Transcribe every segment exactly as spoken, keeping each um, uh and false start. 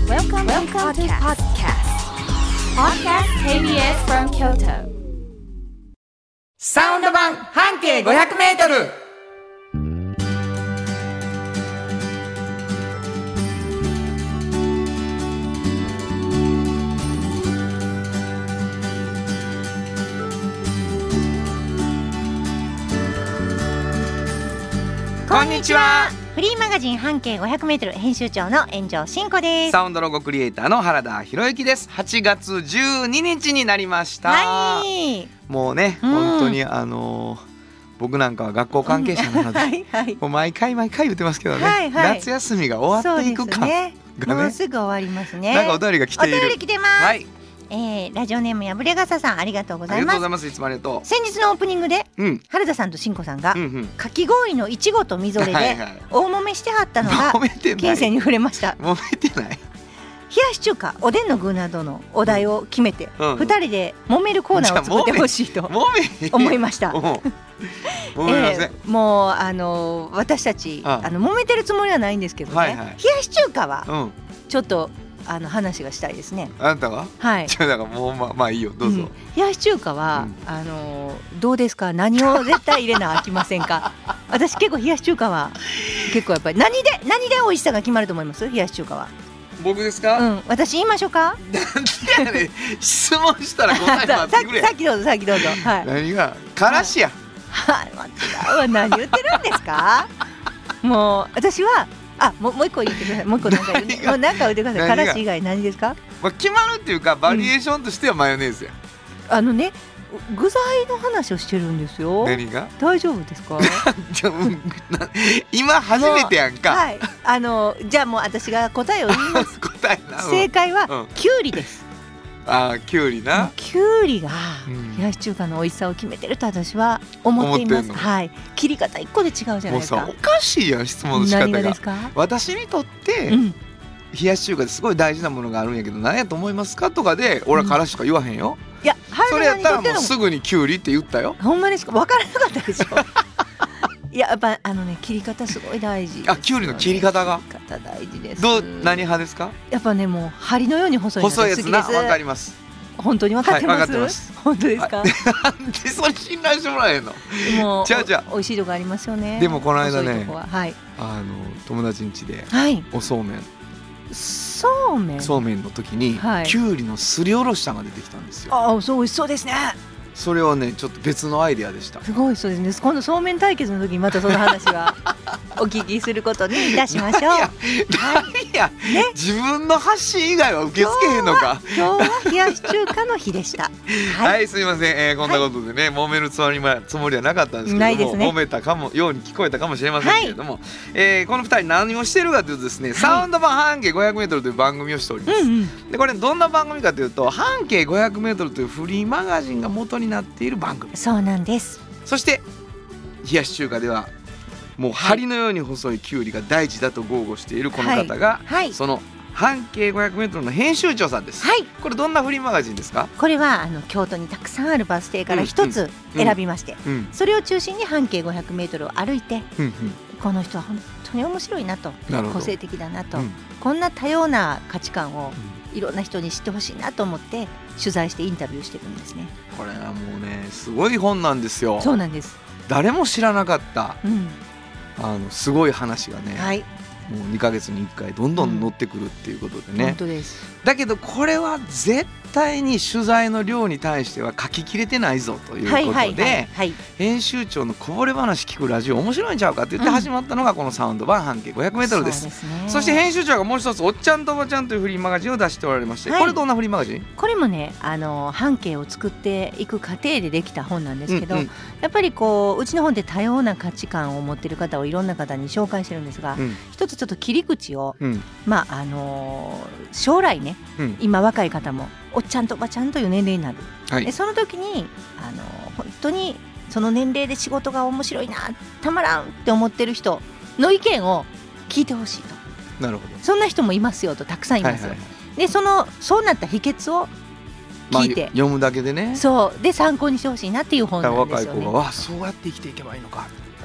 Welcome, Welcome to podcast. Podcast ケービーエス from Kyoto. サウンド版半径ごひゃくメートル。こんにちは。 フリーマガジン半径ごひゃくメートル編集長の炎上真子です。 サウンドロゴクリエイターの原田博之です。はちがつじゅうににちになりました。 はい、 もうね、うん、本当にあのー、僕なんかは学校関係者なので、はい、はい、もう毎回毎回言ってますけどね、はいはい、夏休みが終わっていくか、ね、がね、 もうすぐ終わりますね。 なんかお便りが来ている。 お便り来てます。 はい、 えー、ラジオネームやぶれがささん、ありがとうございます。 ありがとうございます。いつもありがとう。 先日のオープニングで、うん、原田さんとしんこさんが、うんうん、かき氷のいちごとみぞれで大揉めしてはったのが金銭に触れました。 揉めてない。 冷やし中華、おでんの具などのお題を決めて、うん、ふたりで揉めるコーナーを作ってほしいと思いました。えー、もうあのー、私たちああの揉めてるつもりはないんですけどね、はいはい、冷やし中華は、うん、ちょっとあの話がしたいですね。 あなたは？はい。じゃあだからもうまあまあいいよ、どうぞ。うん、 冷やし中華は、うん、あのどうですか？何を絶対入れなあきませんか？私結構冷やし中華は結構やっぱり何で何で美味しさが決まると思います？冷やし中華は。 僕ですか？ うん。私言いましょうか？ なんでやねん。質問したら答え待ってくれ。 さっきどうぞさっきどうぞ。はい。 何が？からしや。 はい。違うわ。何言ってるんですか？もう私は。あ、もうもう一個言ってください。もう一個なんか言って、もうなんか言ってください。からし以外何ですか？ まあ、決まるっていうかバリエーションとしてはマヨネーズや。 うん、あのね、具材の話をしてるんですよ。 何が？大丈夫ですか？ 今初めてやんか。 はい。あのじゃあもう私が答えを言います。答えな。正解は、うん、きゅうりです。 あー、きゅうりな。 きゅうりが冷やし中華の美味しさを決めてると私は思っています。はい。切り方一個で違うじゃないですか。 もうさ、おかしいやん、質問の仕方が。 何がですか？ 私にとって、うん、冷やし中華ですごい大事なものがあるんやけど、何やと思いますかとかで俺はからしとか言わへんよ。うん、いや、それやったらもうすぐにきゅうりって言ったよ。 ほんまですか？分からなかったでしょ。いや、やっぱあのね、切り方すごい大事です、ね。 あ、きゅうりの切り方が。 切り方大事です。 どう、何派ですか？ やっぱね、もう針のように細いのが好きです。 細いやつな、わかります。 本当に分かってます。 はい、分かってます。 本当ですか？ なんでそれ信頼してもらえんの？ もうじゃあじゃあ美味しいとこありますよね。 でもこの間ね、 はい、 あの友達ん家で、 はい、 おそうめん、 そうめん、 そうめんの時に、はい、きゅうりのすりおろしたのが出てきたんですよ。 ああ、そう美味しそうですね。それはね、ちょっと別のアイデアでした。 すごいそうですね。今度そうめん対決の時にまたその話はお聞きすることにいたしましょう。 いや、いや、ね、自分の発信以外は受け付けへんのか。 今日は冷やし中華の日でした。 はい、はい、すいません、えー、こんなことでね、はい、揉めるつもりはつもりはなかったんですけども、 ないですね、 揉めたかもように聞こえたかもしれませんけれども、はい、えー、このふたり何をしてるかというとですね、はい、サウンド版半径ごひゃくメートルという番組をしております。うんうん、でこれどんな番組かというと、半径ごひゃくメートルというフリーマガジンが元になっている番組。 そうなんです。 そして冷やし中華ではもう針のように細いきゅうりが大事だと豪語しているこの方が、はいはい、その半径ごひゃくメートルの編集長さんです。はい、これどんなフリーマガジンですか？これはあの京都にたくさんあるバス停から一つ選びまして、うんうんうん、それを中心に半径ごひゃくメートルを歩いて、うんうん、この人は本当に面白いなと、個性的だなと、うん、こんな多様な価値観をいろんな人に知ってほしいなと思って取材してインタビューしてるんですね。 これはもうね、すごい本なんですよ。 そうなんです。 誰も知らなかった、うん、あのすごい話がね、はい、もうにかげつにいっかいどんどん載ってくるっていうことでね、うん、 本当です。 だけどこれは絶対に取材の量に対しては書ききれてないぞということで、編集長のこぼれ話聞くラジオ面白いんちゃうかって言って始まったのがこのサウンド版半径ごひゃくメートルです。そうですね。そして編集長がもう一つおっちゃんとおばちゃんというフリーマガジンを出しておられまして、はい、これどんなフリーマガジン？ これもね、あの半径を作っていく過程でできた本なんですけど、うんうん、やっぱりこううちの本って多様な価値観を持っている方をいろんな方に紹介してるんですが、うん、一つちょっと切り口を、うん、まああのー、将来ね、うん、今若い方もおっちゃんとおばちゃんという年齢になる、はい、でその時にあの本当にその年齢で仕事が面白いな、たまらんって思ってる人の意見を聞いてほしいと。 なるほど。 そんな人もいますよと、たくさんいますよ、はいはいはい、でそのそうなった秘訣を聞いて、 まあ、読むだけでね、 そうで参考にしてほしいなっていう本なんですよね。 若い子がわそうやって生きていけばいいのか、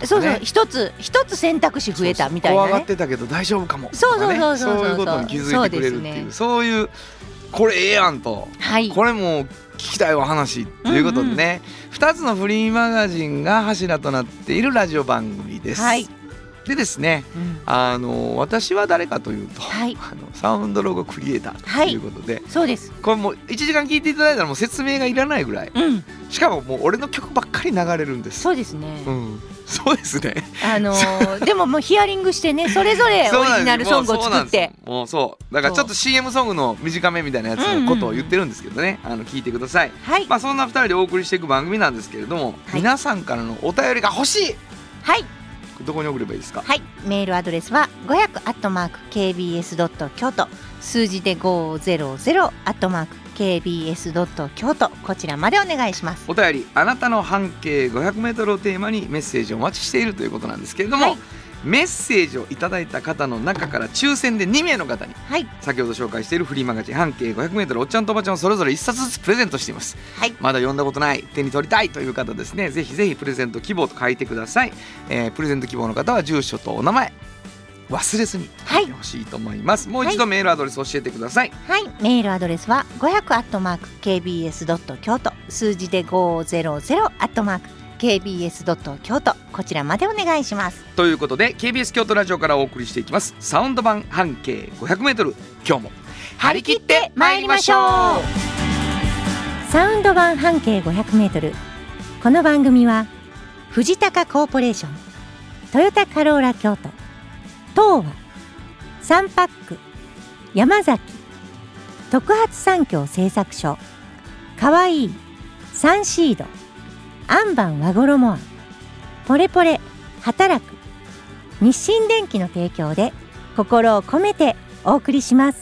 かね。 そうそう一つ一つ選択肢増えたみたいな、ね、 そうそう怖がってたけど大丈夫かもとそうかね、 そうそうそうそうそういうことに気づいてくれるっていう、そうそうですね、 いうこれええやんと、 はい、 これもう聞きたいお話ということでね、うんうん、ふたつのフリーマガジンが柱となっているラジオ番組です。はい、でですね、うん、あの私は誰かというと、はい、あのサウンドロゴクリエイターということで、はい、 そうです。 これもういちじかん聞いていただいたらもう説明がいらないぐらい、うん、しかももう俺の曲ばっかり流れるんです。 そうですね、 うん、そうですね、 あのー、でももうヒアリングしてね、それぞれオリジナルソングを作って、 もうそうだからちょっと シーエム ソングの短めみたいなやつのことを言ってるんですけどね、うんうん、あの聞いてください。はい、まあ、そんなふたりでお送りしていく番組なんですけれども、はい、皆さんからのお便りが欲しい。はい、どこに送ればいいですか。 はい、メールアドレスはごひゃくアットマーク ケービーエスドットキョウト、数字でごひゃくアットマーク ケービーエスドットキョウト、こちらまでお願いします。 お便り、あなたの半径ごひゃくメートルをテーマにメッセージをお待ちしているということなんですけれども、はい、メッセージをいただいた方の中から抽選でにめいの方に、はい、先ほど紹介しているフリーマガジン半径ごひゃくメートルおっちゃんとおばちゃんをそれぞれいっさつずつプレゼントしています。はい、まだ読んだことない、手に取りたいという方ですね、ぜひぜひプレゼント希望と書いてください。えー、プレゼント希望の方は住所とお名前忘れずに書いてほしいと思います。はい、もう一度メールアドレス教えてください。 はい、メールアドレスはごひゃくアットマーク ケービーエスドットキョウト、数字でごひゃくアットマーク ケービーエスドットキョウト、こちらまでお願いします。 ということで ケービーエス 京都ラジオからお送りしていきますサウンド版半径ごひゃくメートル、今日も張り切って参りましょう。 サウンド版半径ごひゃくメートル、この番組は藤高コーポレーション、トヨタカローラ京都、東和、サンパック、山崎、特発産業製作所、かわいい、サンシード、アンバン和衣あん、ポレポレ働く、日清電機の提供で心を込めてお送りします。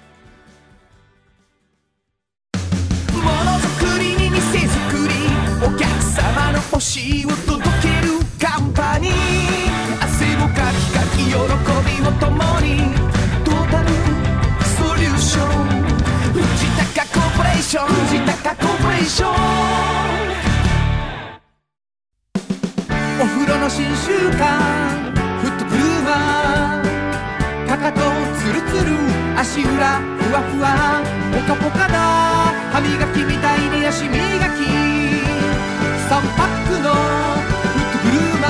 ものづくりに店づくり、お客様の欲しいを届けるカンパニー、汗をかきかき喜びを共に、トータルソリューション、藤高コーポレーション、藤高コーポレーション。お風呂の新習慣フットブルーマー、かかとツルツル足裏ふわふわポカポカだ、歯磨きみたいに足磨き、さんパックのフットブルーマ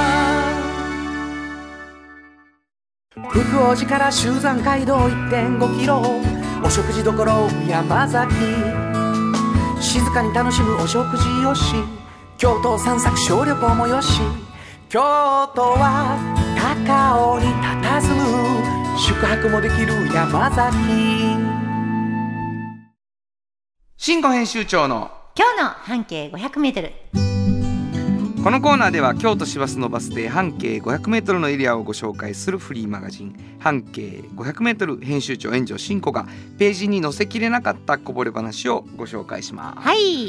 ー。福王寺から集山街道 いってんごキロ、お食事処山崎、静かに楽しむお食事よし、京都散策小旅行もよし、京都は高尾に佇む宿泊もできる山崎。 新語編集長の今日の半径ごひゃくメートル。 このコーナーでは京都市バスのバス停半径ごひゃくメートルのエリアをご紹介するフリーマガジン半径ごひゃくメートル編集長円城真子がページに載せきれなかったこぼれ話をご紹介します。はい、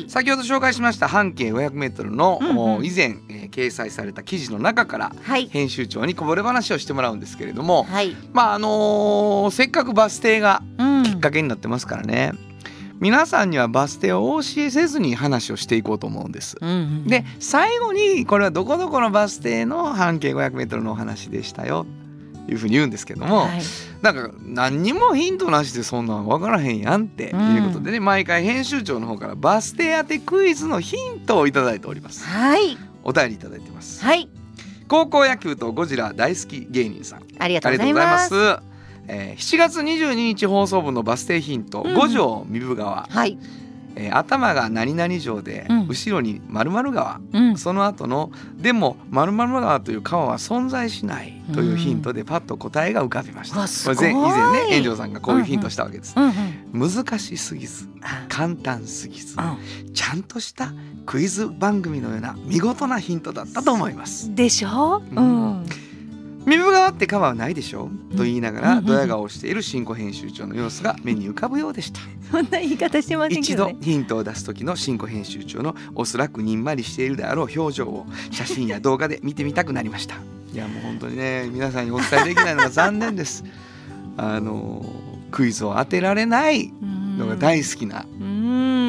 先ほど紹介しました半径ごひゃくメートルの、うんうん、以前、えー、掲載された記事の中から、はい、編集長にこぼれ話をしてもらうんですけれども、はい、まああのー、せっかくバス停がきっかけになってますからね、うん、皆さんにはバス停をお教えせずに話をしていこうと思うんです、うんうん、で最後にこれはどこどこのバス停の半径ごひゃくメートルのお話でしたよというふうに言うんですけども、はい、なんか何にもヒントなしでそんなん分からへんやんっていうことでね、うん、毎回編集長の方からバス停当てクイズのヒントをいただいております。はい、お便りいただいてます。はい、高校野球とゴジラ大好き芸人さん、 ありがとうございます。 えー、しちがつにじゅうににち放送分のバス停ヒント、うん、五条三部川、はい、えー、頭が何々城で、うん、後ろに〇〇川、うん、その後のでも〇〇川という川は存在しないというヒントでパッと答えが浮かびました、うん、これ以前ね円城さんがこういうヒントしたわけです、うんうん、難しすぎず簡単すぎず、うん、ちゃんとしたクイズ番組のような見事なヒントだったと思いますでしょ、うん、 三部川って川はないでしょ、うん、と言いながらドヤ顔をしている新語編集長の様子が目に浮かぶようでした。 そんな言い方してませんけどね。 一度ヒントを出す時の新語編集長のおそらくにんまりしているであろう表情を写真や動画で見てみたくなりました。いやもう本当にね皆さんにお伝えできないのが残念です。あのクイズを当てられないのが大好きなクイ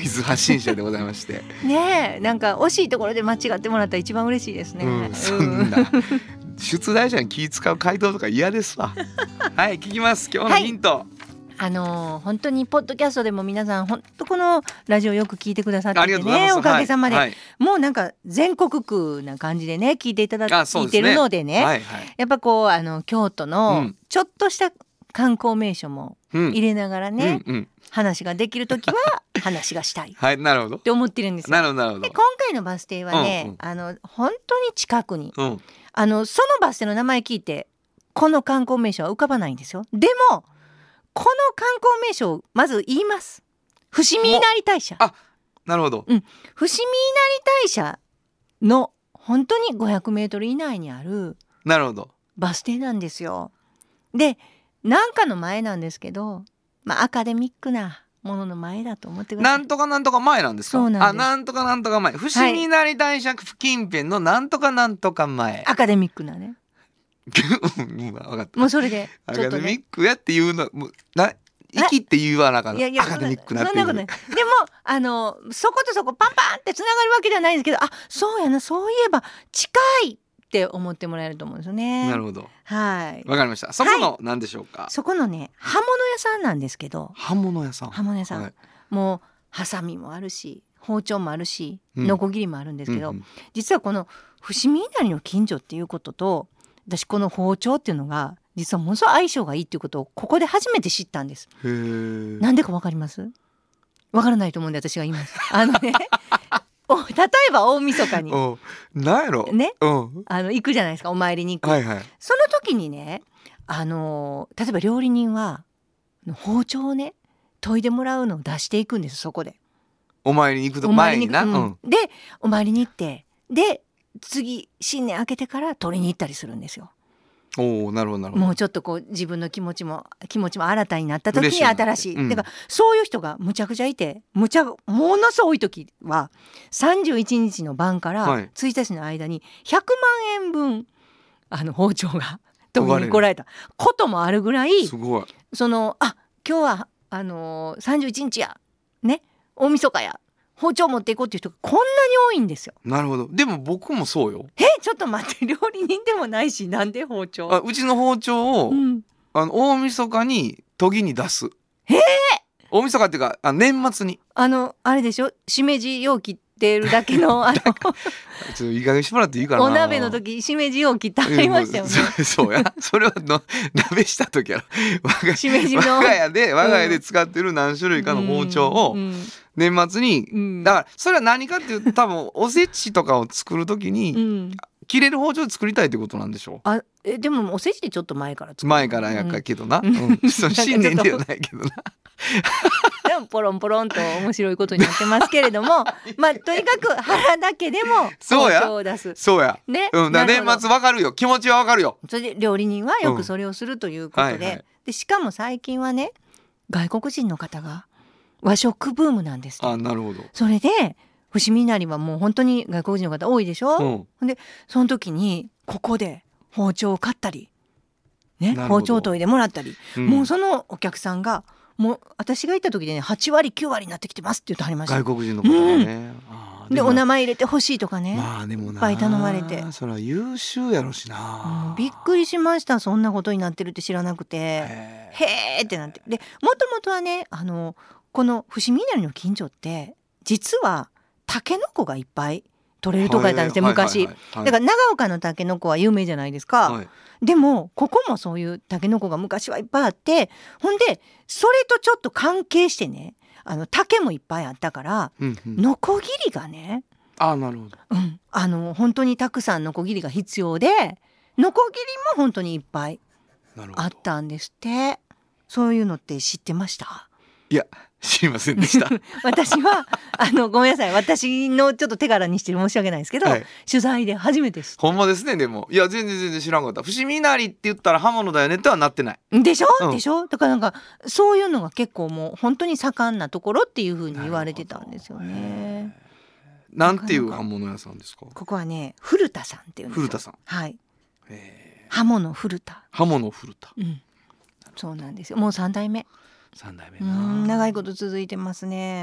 水発信者でございましてねえ、なんか惜しいところで間違ってもらったら一番嬉しいですね、 うん、そんな出題者に気使う回答とか嫌ですわはい聞きます。今日のヒント、はい、 あのー、本当にポッドキャストでも皆さん本当このラジオよく聞いてくださっててね、おかげさまで、はいはい、もうなんか全国区な感じでね聞いていただいてるのでね、はいはい、やっぱこうあの京都のちょっとした観光名所も入れながらね、うんうんうん、話ができるときは話がしたいはい、なるほどって思ってるんですよ。 なるほどなるほど。 で今回のバス停はね、うんうん、あの本当に近くに、うん、あのそのバス停の名前聞いてこの観光名所は浮かばないんですよ。でもこの観光名所をまず言います。伏見稲荷大社。 あ、なるほど、 うん、伏見稲荷大社の本当にごひゃくメートル以内にあるなるほどバス停なんですよ。でなんかの前なんですけど、まあ、アカデミックなものの前だと思ってください。 なんとかなんとか前なんですか。そうなんです。あ、なんとかなんとか前、伏見稲荷大社近辺のなんとかなんとか前、はい、 アカデミックなね分かった。 もうそれでちょっと、ね、アカデミックやっていうのもうな息って言わなかった。いやいやアカデミックなっていう。そんなことない。 でもあのそことそこパンパンってつながるわけではないんですけど、あ、そうやな、そういえば近いって思ってもらえると思うんですよね。 なるほど。 はい。 わかりました。そこの何でしょうか。はい、 そこのね刃物屋さんなんですけど。 刃物屋さん。 刃物屋さん。はい、もうハサミもあるし、包丁もあるし、ノコギリもあるんですけど、うんうん、実はこの伏見稲荷の近所っていうことと、私この包丁っていうのが実はものすごい相性がいいっていうことをここで初めて知ったんです。 へー。 なんでかわかります？わからないと思うんで私が言います。あのね。お例えば大晦日に何やろ、 ね、 うん、 あの行くじゃないですか、お参りに行く、 はいはい、 その時にね、あの例えば料理人は包丁をね研いでもらうのを出していくんです。そこでお参りに行くと前にな、 うん、でお参りに行ってで次新年明けてから取りに行ったりするんですよ。 おー、なるほどなるほど。 もうちょっとこう自分の気持ちも気持ちも新たになった時に新しい、うん、だからそういう人がむちゃくちゃいて、むちゃものすごい多い時はさんじゅういちにちの晩からついたちの間にひゃくまんえんぶんあの包丁が研ぎに来られたこともあるぐらい、 すごい。 そのあ今日はあのー、さんじゅういちにちやね、大晦日や、包丁持っていこうっていう人がこんなに多いんですよ。 なるほど。でも僕もそうよ。 えちょっと待って、料理人でもないしなんで包丁？ あ、うちの包丁を、うん、あの大晦日に研ぎに出す。 えー、 大晦日っていうかあ年末にあのあれでしょ、しめじ容器ってるだけのあのちょっといい加減してもらっていいかな。 お鍋の時しめじ容器ってありましたよね。 そ, そうやそれはの鍋した時やろ。我がしめじの我が家で我が家で使ってる何種類かの包丁を、うんうん年末に、うん、だからそれは何かっていうと多分おせちとかを作るときに、うん、切れる包丁で作りたいってことなんでしょう。 あえでもおせちってちょっと前から作る前からやっかけどな、うんうん、その新年ではないけどなでもポロンポロンと面白いことになってますけれどもまあとにかく腹だけでも包丁を出す。 そうやね、 うん、だ年末わかるよ、気持ちはわかるよ。 それで料理人はよくそれをするということで、うんはいはい、でしかも最近はね外国人の方が和食ブームなんです。 あ、なるほど。 それで伏見稲荷はもう本当に外国人の方多いでしょ、うん、でその時にここで包丁を買ったり、ね、包丁を研いでもらったり、うん、もうそのお客さんがもう私が行った時でねはちわりきゅうわりになってきてますって言ってはりました。 外国人の方がね、うん、 あでお名前入れてほしいとかね、 まあ、でもないっぱい頼まれて、 それは優秀やろしな、 うん、びっくりしました。そんなことになってるって知らなくて、へーってなって。でもともとはねあのこの伏見稲荷の近所って実はタケノコがいっぱい取れるとこやったんですよ、はい、昔、はいはいはい、だから長岡のタケノコは有名じゃないですか、はい、でもここもそういうタケノコが昔はいっぱいあって、ほんでそれとちょっと関係してねあの竹もいっぱいあったから、うんうん、ノコギリがねあ、なるほど、 うん、あの本当にたくさんノコギリが必要でノコギリも本当にいっぱいあったんですって。そういうのって知ってました？ いや知りませんでした私はあのごめんなさい、私のちょっと手柄にして申し訳ないですけど、はい、取材で初めて知った。 ほんまですね。でもいや全然全然知らんかった。伏見稲荷って言ったら刃物だよねってはなってないでしょ、 うん、 でしょ。だからなんかそういうのが結構もう本当に盛んなところっていう風に言われてたんですよね。 なんていう刃物屋さんですか？ ここはね古田さんっていうんですよ。 古田さん、 はい、刃物古田刃物古田、 うん、そうなんですよ。もうさんだいめ。 さんだいめな。うん長いこと続いてますね。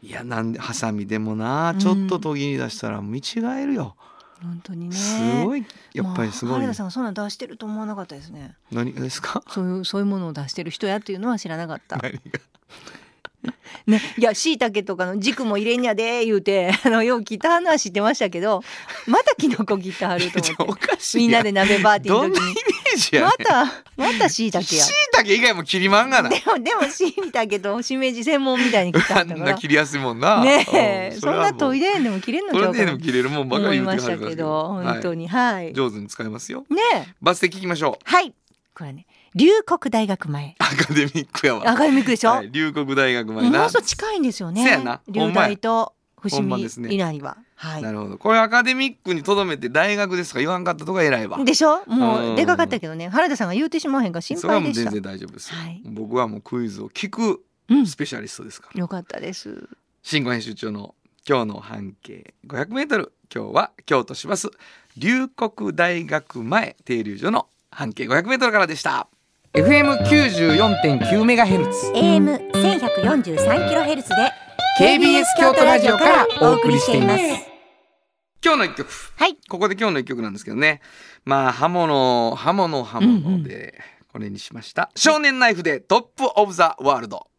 いやなんでハサミでもなちょっと途切り出したら見違えるよ、 うん、本当にねすごいやっぱりすごい、 原田さんがそんなの出してると思わなかったですね。 何がですか？ そういうそういうものを出してる人やっていうのは知らなかった何がね、いや椎茸とかの軸も入れんやで言うてあのよう切った話知ってましたけど、またキノコ切ってはると思っておかしいやんみんなで鍋パーティーの時にどんなイメージやねん。 またまた椎茸や椎茸以外も切りまんがな。 でもでも椎茸としめじ専門みたいに切ってはあんったからな切りやすいもんな。 ねえ、 うそんな研いでんでも切れんのちゃうかなこれでも切れるもんばかり言ってはるから思いましたけど本当にはい、 はい、上手に使いますよ。 ねえバスで聞きましょう。 はいこれね龍谷大学前アカデミックやわ。 アカデミックでしょ、 はい、龍谷大学前な。 もうそう近いんですよね。 せやな龍大と伏見ほんまですね稲荷は、はい、 なるほど。これアカデミックにとどめて大学ですか言わんかったとか偉いわ。 でしょ。もうんうでかかったけどね原田さんが言うてしまわへんから心それは配でした。 もう全然大丈夫ですよ、 はい僕はもうクイズを聞くうんスペシャリストですから、 よかったです。 新語編集長の今日の半径ごひゃくメートル、今日は京都市バス龍谷大学前停留所の半径ごひゃくメートルからでした。 エフエムきゅうじゅうよんてんきゅうメガヘルツエーエムせんひゃくよんじゅうさんキロヘルツ でケービーエス 京都ラジオからお送りしています。今日の一曲、 はい、 ここで今日の一曲なんですけどね、まあ刃物刃物刃物でこれにしました、うんうん、少年ナイフでトップオブザワールド。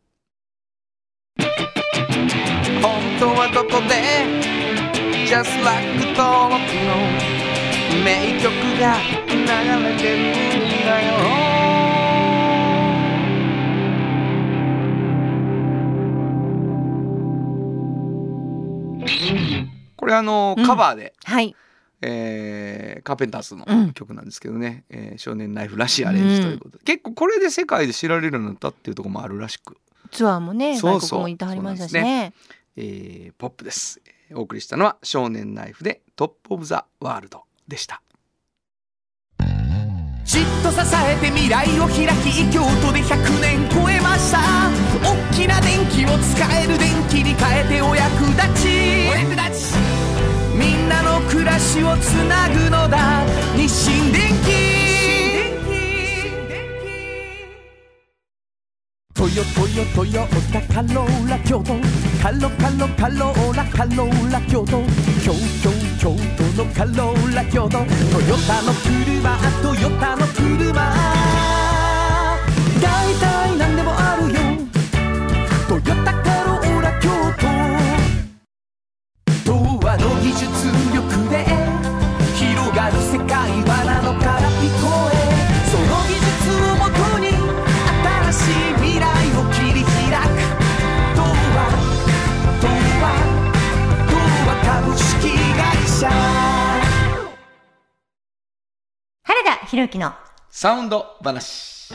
本当はどこで Just like 登録の名曲が流れてるんだよ。これあの、うん、カバーで、はいえー、カーペンターズの曲なんですけどね、うんえー、少年ナイフらしいアレンジということで、うん、結構これで世界で知られるようになったっていうところもあるらしく、 ツアーもねそうそう外国も行ってはりましたしね、 えー、ポップです。お送りしたのは少年ナイフでトップオブザワールドでした。 じっと支えて未来を開き京都でひゃくねん超えました。大きな電気を使える電気に変えてお役立ち、お役立ちみんなの暮らしをつなぐのだ日清電気。トヨトヨトヨタカローラ京都カロカロカローラカローラ京都京京京都のカローラ京都トヨタの車トヨタの車だいたいなんでもあるよトヨタカローラ京都童話の技術力で広がる世界はなのから聞こえその技術をもとに新しい未来を切り開く童話童話童話株式会社原田博之のサウンド話。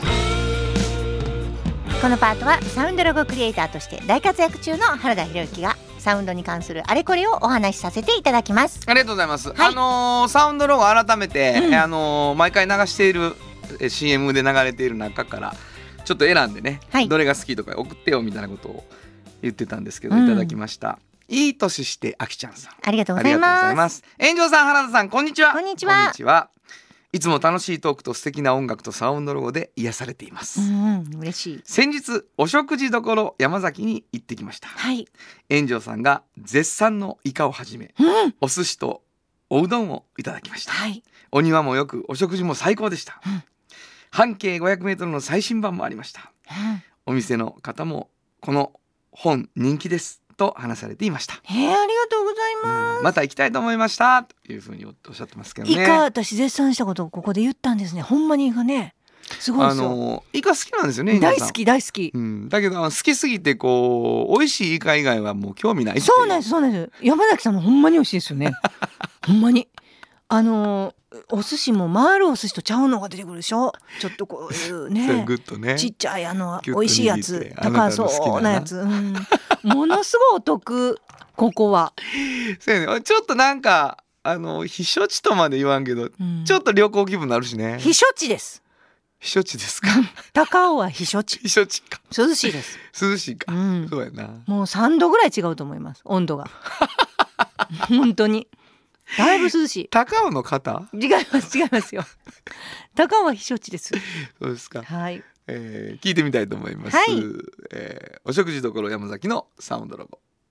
このパートはサウンドロゴクリエイターとして大活躍中の原田博之がサウンドに関するあれこれをお話しさせていただきます。 ありがとうございます、 はい、 あのー、サウンドロゴ改めて、うんあのー、毎回流している シーエム で流れている中からちょっと選んでね、はい、どれが好きとか送ってよみたいなことを言ってたんですけど、うん、いただきました。いい年してあきちゃんさん、 ありがとうございます。 炎上さん、原田さん、こんにちは。 こんにちは。 こんにちは。いつも楽しいトークと素敵な音楽とサウンドロゴで癒されています。 うん、嬉しい。 先日お食事処山崎に行ってきました。 はい。 炎上さんが絶賛のイカをはじめ、うん、お寿司とおうどんをいただきました。 はい。 お庭もよくお食事も最高でした。うん、半径ごひゃくメートルの最新版もありました。うん、お店の方もこの本人気ですと話されていました。 えー、ありがとうございます、 うん、また行きたいと思いましたというふうにおっしゃってますけどね。 イカ私絶賛したことをここで言ったんですね。ほんまにイカねすごいですよ。 あのイカ好きなんですよね。 大好き大好き、 うん、だけど好きすぎてこう美味しいイカ以外はもう興味ないっていう。 そうなんですそうなんです。山崎さんもほんまに美味しいですよねほんまにあのお寿司も回るお寿司とちゃうのが出てくるでしょ。ちょっとこういうねグッとねちっちゃいあの美味しいやつ高そうなやつ、うん、ものすごいお得ここはそうやね、ちょっとなんかあの避暑地とまで言わんけど、うん、ちょっと旅行気分になるしね。 避暑地です。 避暑地ですか高尾は避暑地避暑地か涼しいです涼しいか、うん、そうやな。 もうさんどぐらい違うと思います温度が本当にだいぶ涼しい。 高尾の方違います違いますよ高尾は避暑地です。 そうですか。 はい、 えー、聞いてみたいと思います、はい。えー、お食事処山崎のサウンドロゴ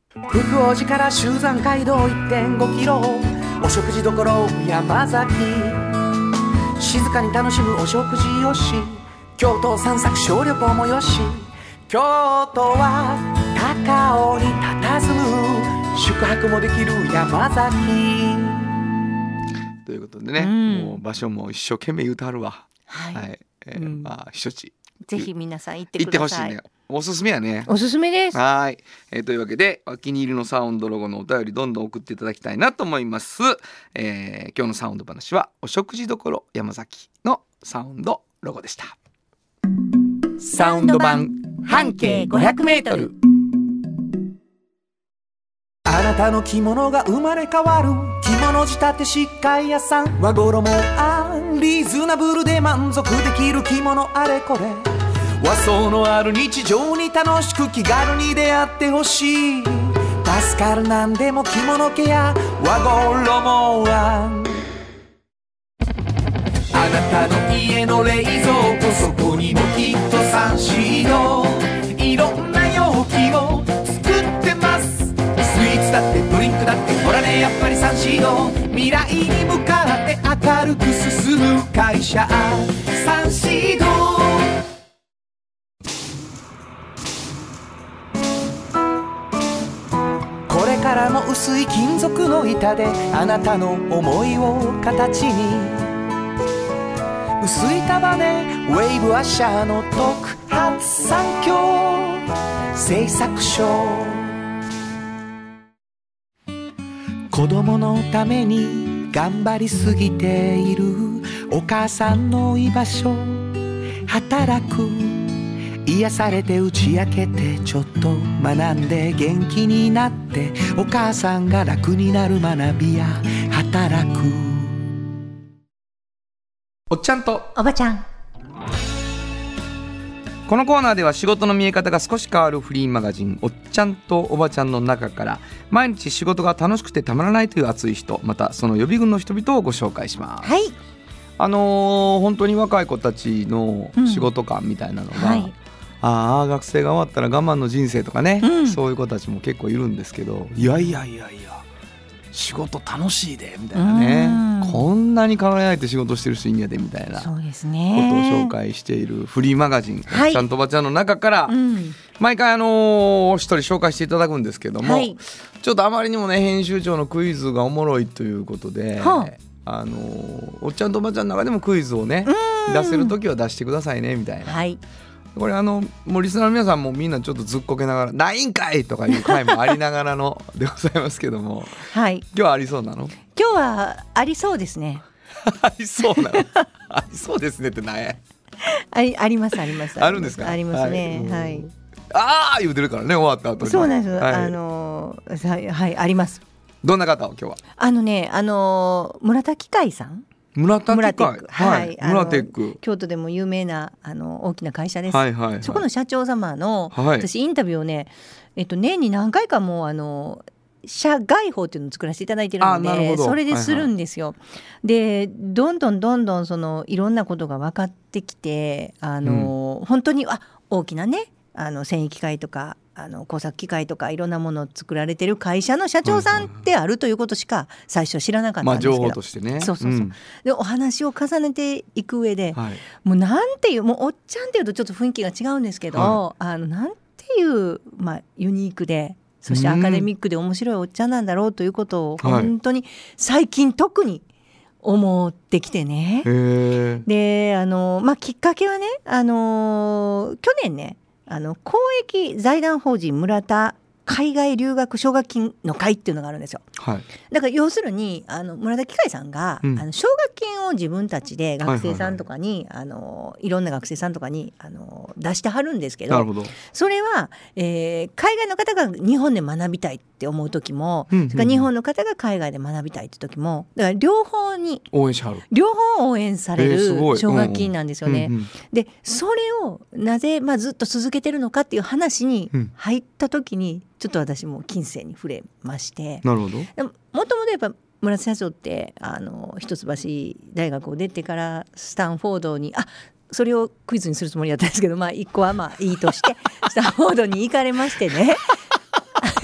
福王寺から集山街道 いってんごキロ、お食事処山崎、静かに楽しむお食事よし、京都散策小旅行もよし、京都は高尾に佇む宿泊もできる山崎ということでね、うん、もう場所も一生懸命言うてはるわ。はい、はい、えーうん、まあ避暑地ぜひ皆さん行ってください。 行ってほしいね。おすすめやね。 おすすめです。 はい、えー、というわけでお気に入りのサウンドロゴのお便りどんどん送っていただきたいなと思います。えー、今日のサウンド話はお食事処山崎のサウンドロゴでした。 サウンド版半径ごひゃくメートル。あなたの着物が生まれ変わる着物仕立て疾患屋さん、和衣あリーズナブルで満足できる着物あれこれ、和装のある日常に楽しく気軽に出会ってほしい。助かるなんでも着物ケア和衣はあなたの家の冷蔵庫、そこにもきっとサンシード、いろんな容器を作ってます。スイーツだってドリンクだってほらね、やっぱりサンシード、未来に向かって明るく進む会社サンシード。これからも薄い金属の板であなたの思いを形に、薄い束ねウェーブアッシャーの特発産業製作所、子供のために頑張りすぎているお母さんの居場所、働く癒されて打ち明けてちょっと学んで元気になって、お母さんが楽になる学びや働くおっちゃんとおばちゃん。 このコーナーでは仕事の見え方が少し変わるフリーマガジンおっちゃんとおばちゃんの中から毎日仕事が楽しくてたまらないという熱い人、またその予備軍の人々をご紹介します。 はい、 あのー、本当に若い子たちの仕事感みたいなのが、うんはい、ああ学生が終わったら我慢の人生とかね、うん、そういう子たちも結構いるんですけど、いやいやいやいや仕事楽しいでみたいなね、こんなに輝いて仕事してる人いいんやでみたいなことを紹介しているフリーマガジン、はい、おっちゃんとおばちゃんの中から、うん、毎回あのー、一人紹介していただくんですけども、はい、ちょっとあまりにもね編集長のクイズがおもろいということで、はああのー、おっちゃんとおばちゃんの中でもクイズをね出せるときは出してくださいねみたいな、はい、これあのもうリスナーの皆さんもみんなちょっとずっこけながらないんかいとかいう回もありながらのでございますけども、はい、今日はありそうなの？ 今日はありそうですねありそうなのありそうですねって何やあり、ありますありますあるんですか？ ありますね、はい、はい、 あー言うてるからね終わった後に。 そうなんです、はい、あのはい、はい、あります。 どんな方を今日は？あのねあの村田機械さん、 村田機械、 はい、 村テック、 京都でも有名なあの大きな会社です、 はいはいはい、 そこの社長様の、はい、私インタビューをね、えっと、年に何回かもうあの社外報っていうのを作らせていただいてるので、それでするんですよ、はいはい、でどんどんどんどんそのいろんなことが分かってきて、あの、うん、本当にあ大きなねあの繊維機械とかあの工作機械とかいろんなものを作られてる会社の社長さんであるということしか最初知らなかったんですけど、 まあ、情報としてね、 そうそうそう、うん、でお話を重ねていく上で、はい、もうなんていうもうおっちゃんっていうとちょっと雰囲気が違うんですけど、はい、あのなんていう、まあ、ユニークでそしてアカデミックで面白いおっちゃんなんだろうということを本当に最近特に思ってきてね、はい、であの、まあ、きっかけはねあの去年ねあの公益財団法人村田海外留学奨学金の会っていうのがあるんですよ、はい、だから要するにあの村田機械さんが、うん、あの奨学金を自分たちで学生さんとかに、はいはいはい、あのいろんな学生さんとかにあの出してはるんですけど、 なるほど、 それは、えー、海外の方が日本で学びたいって思う時も、うんうん、それから日本の方が海外で学びたいって時もだから両方に応援しはる両方応援される奨学金なんですよね、うんうん、でそれをなぜ、まあ、ずっと続けてるのかっていう話に入った時に、うんちょっと私も近世に触れまして、 なるほど、 もともとやっぱ村田社長ってあの一橋大学を出てからスタンフォードにあそれをクイズにするつもりだったんですけど、まあ一個はまあいいとしてスタンフォードに行かれましてね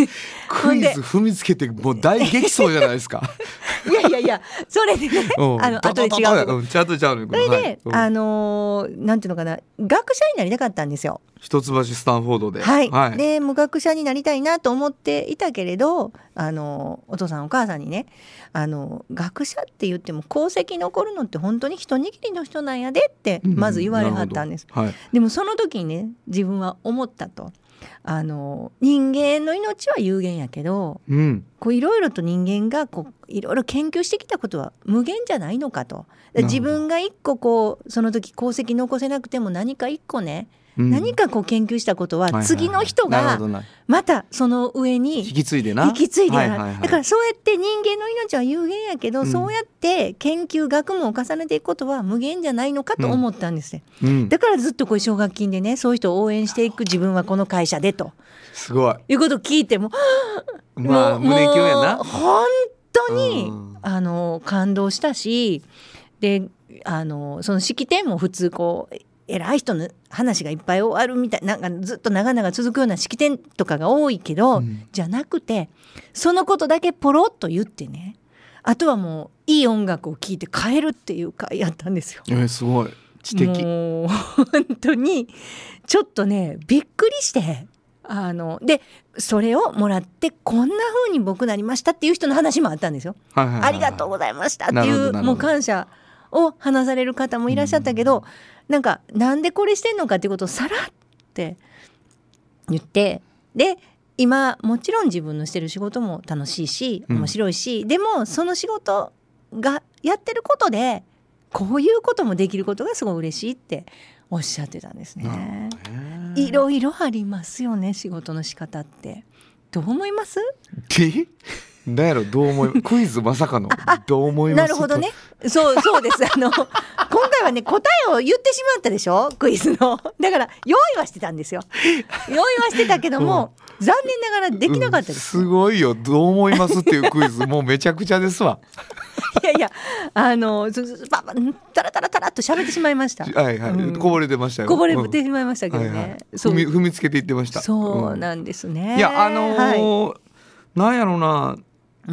クイズ踏みつけてもう大激走じゃないですかいやいやいやそれでねあの後で違ううんちゃんとちゃうのそれで、 はいうん、 あのー、なんていうのかな学者になりたかったんですよ。 一橋スタンフォードで、 はい、 はい、 でもう学者になりたいなと思っていたけれど、あのお父さんお母さんにね、あの学者って言っても功績残るのって本当に一握りの人なんやでってまず言われはったんです、 うんはい、 でもその時にね自分は思ったと、あの人間の命は有限やけど、うん、こういろいろと人間がこういろいろ研究してきたことは無限じゃないのかと。自分が一個こうその時功績残せなくても何か一個ね、うん、何かこう研究したことは次の人がまたその上に引き継いでな引き継いでな、はいはいはい、だからそうやって人間の命は有限やけど、うん、そうやって研究学問を重ねていくことは無限じゃないのかと思ったんですね、うん、だからずっとこう奨学金でねそういう人を応援していく自分はこの会社でとすごいいうことを聞いても、 まあ、胸キュンやな本当に、うん、あの感動したし、であのその式典も普通こう偉い人の話がいっぱい終わるみたいなんかずっと長々続くような式典とかが多いけど、うん、じゃなくてそのことだけポロッと言ってね、あとはもういい音楽を聴いて帰るっていう会やったんですよ。 えー、すごい知的。 もう本当にちょっとねびっくりして、あのでそれをもらってこんな風に僕なりましたっていう人の話もあったんですよ、はいはいはいはい、ありがとうございましたっていうもう感謝を話される方もいらっしゃったけど、うん、なんかなんでこれしてんのかっていうことをさらって言って、で今もちろん自分のしてる仕事も楽しいし面白いし、うん、でもその仕事がやってることでこういうこともできることがすごい嬉しいっておっしゃってたんですね。いろいろありますよね仕事の仕方って。どう思います？ えなんやろどう思いクイズまさかのどう思います？ なるほどね。そうそうですあの今回はね答えを言ってしまったでしょクイズの。だから用意はしてたんですよ。用意はしてたけども、うん、残念ながらできなかったです、 うん、すごいよどう思いますっていうクイズもうめちゃくちゃですわ。 いやいやあのパパタラタラタラっと喋ってしまいました。 はいはい、うん、こぼれてましたよ。 こぼれてしまいましたけどね、うんはいはい、 踏み、踏みつけていってました。 そうなんですね、 うん、いやあのーはい、なんやろうな、うん、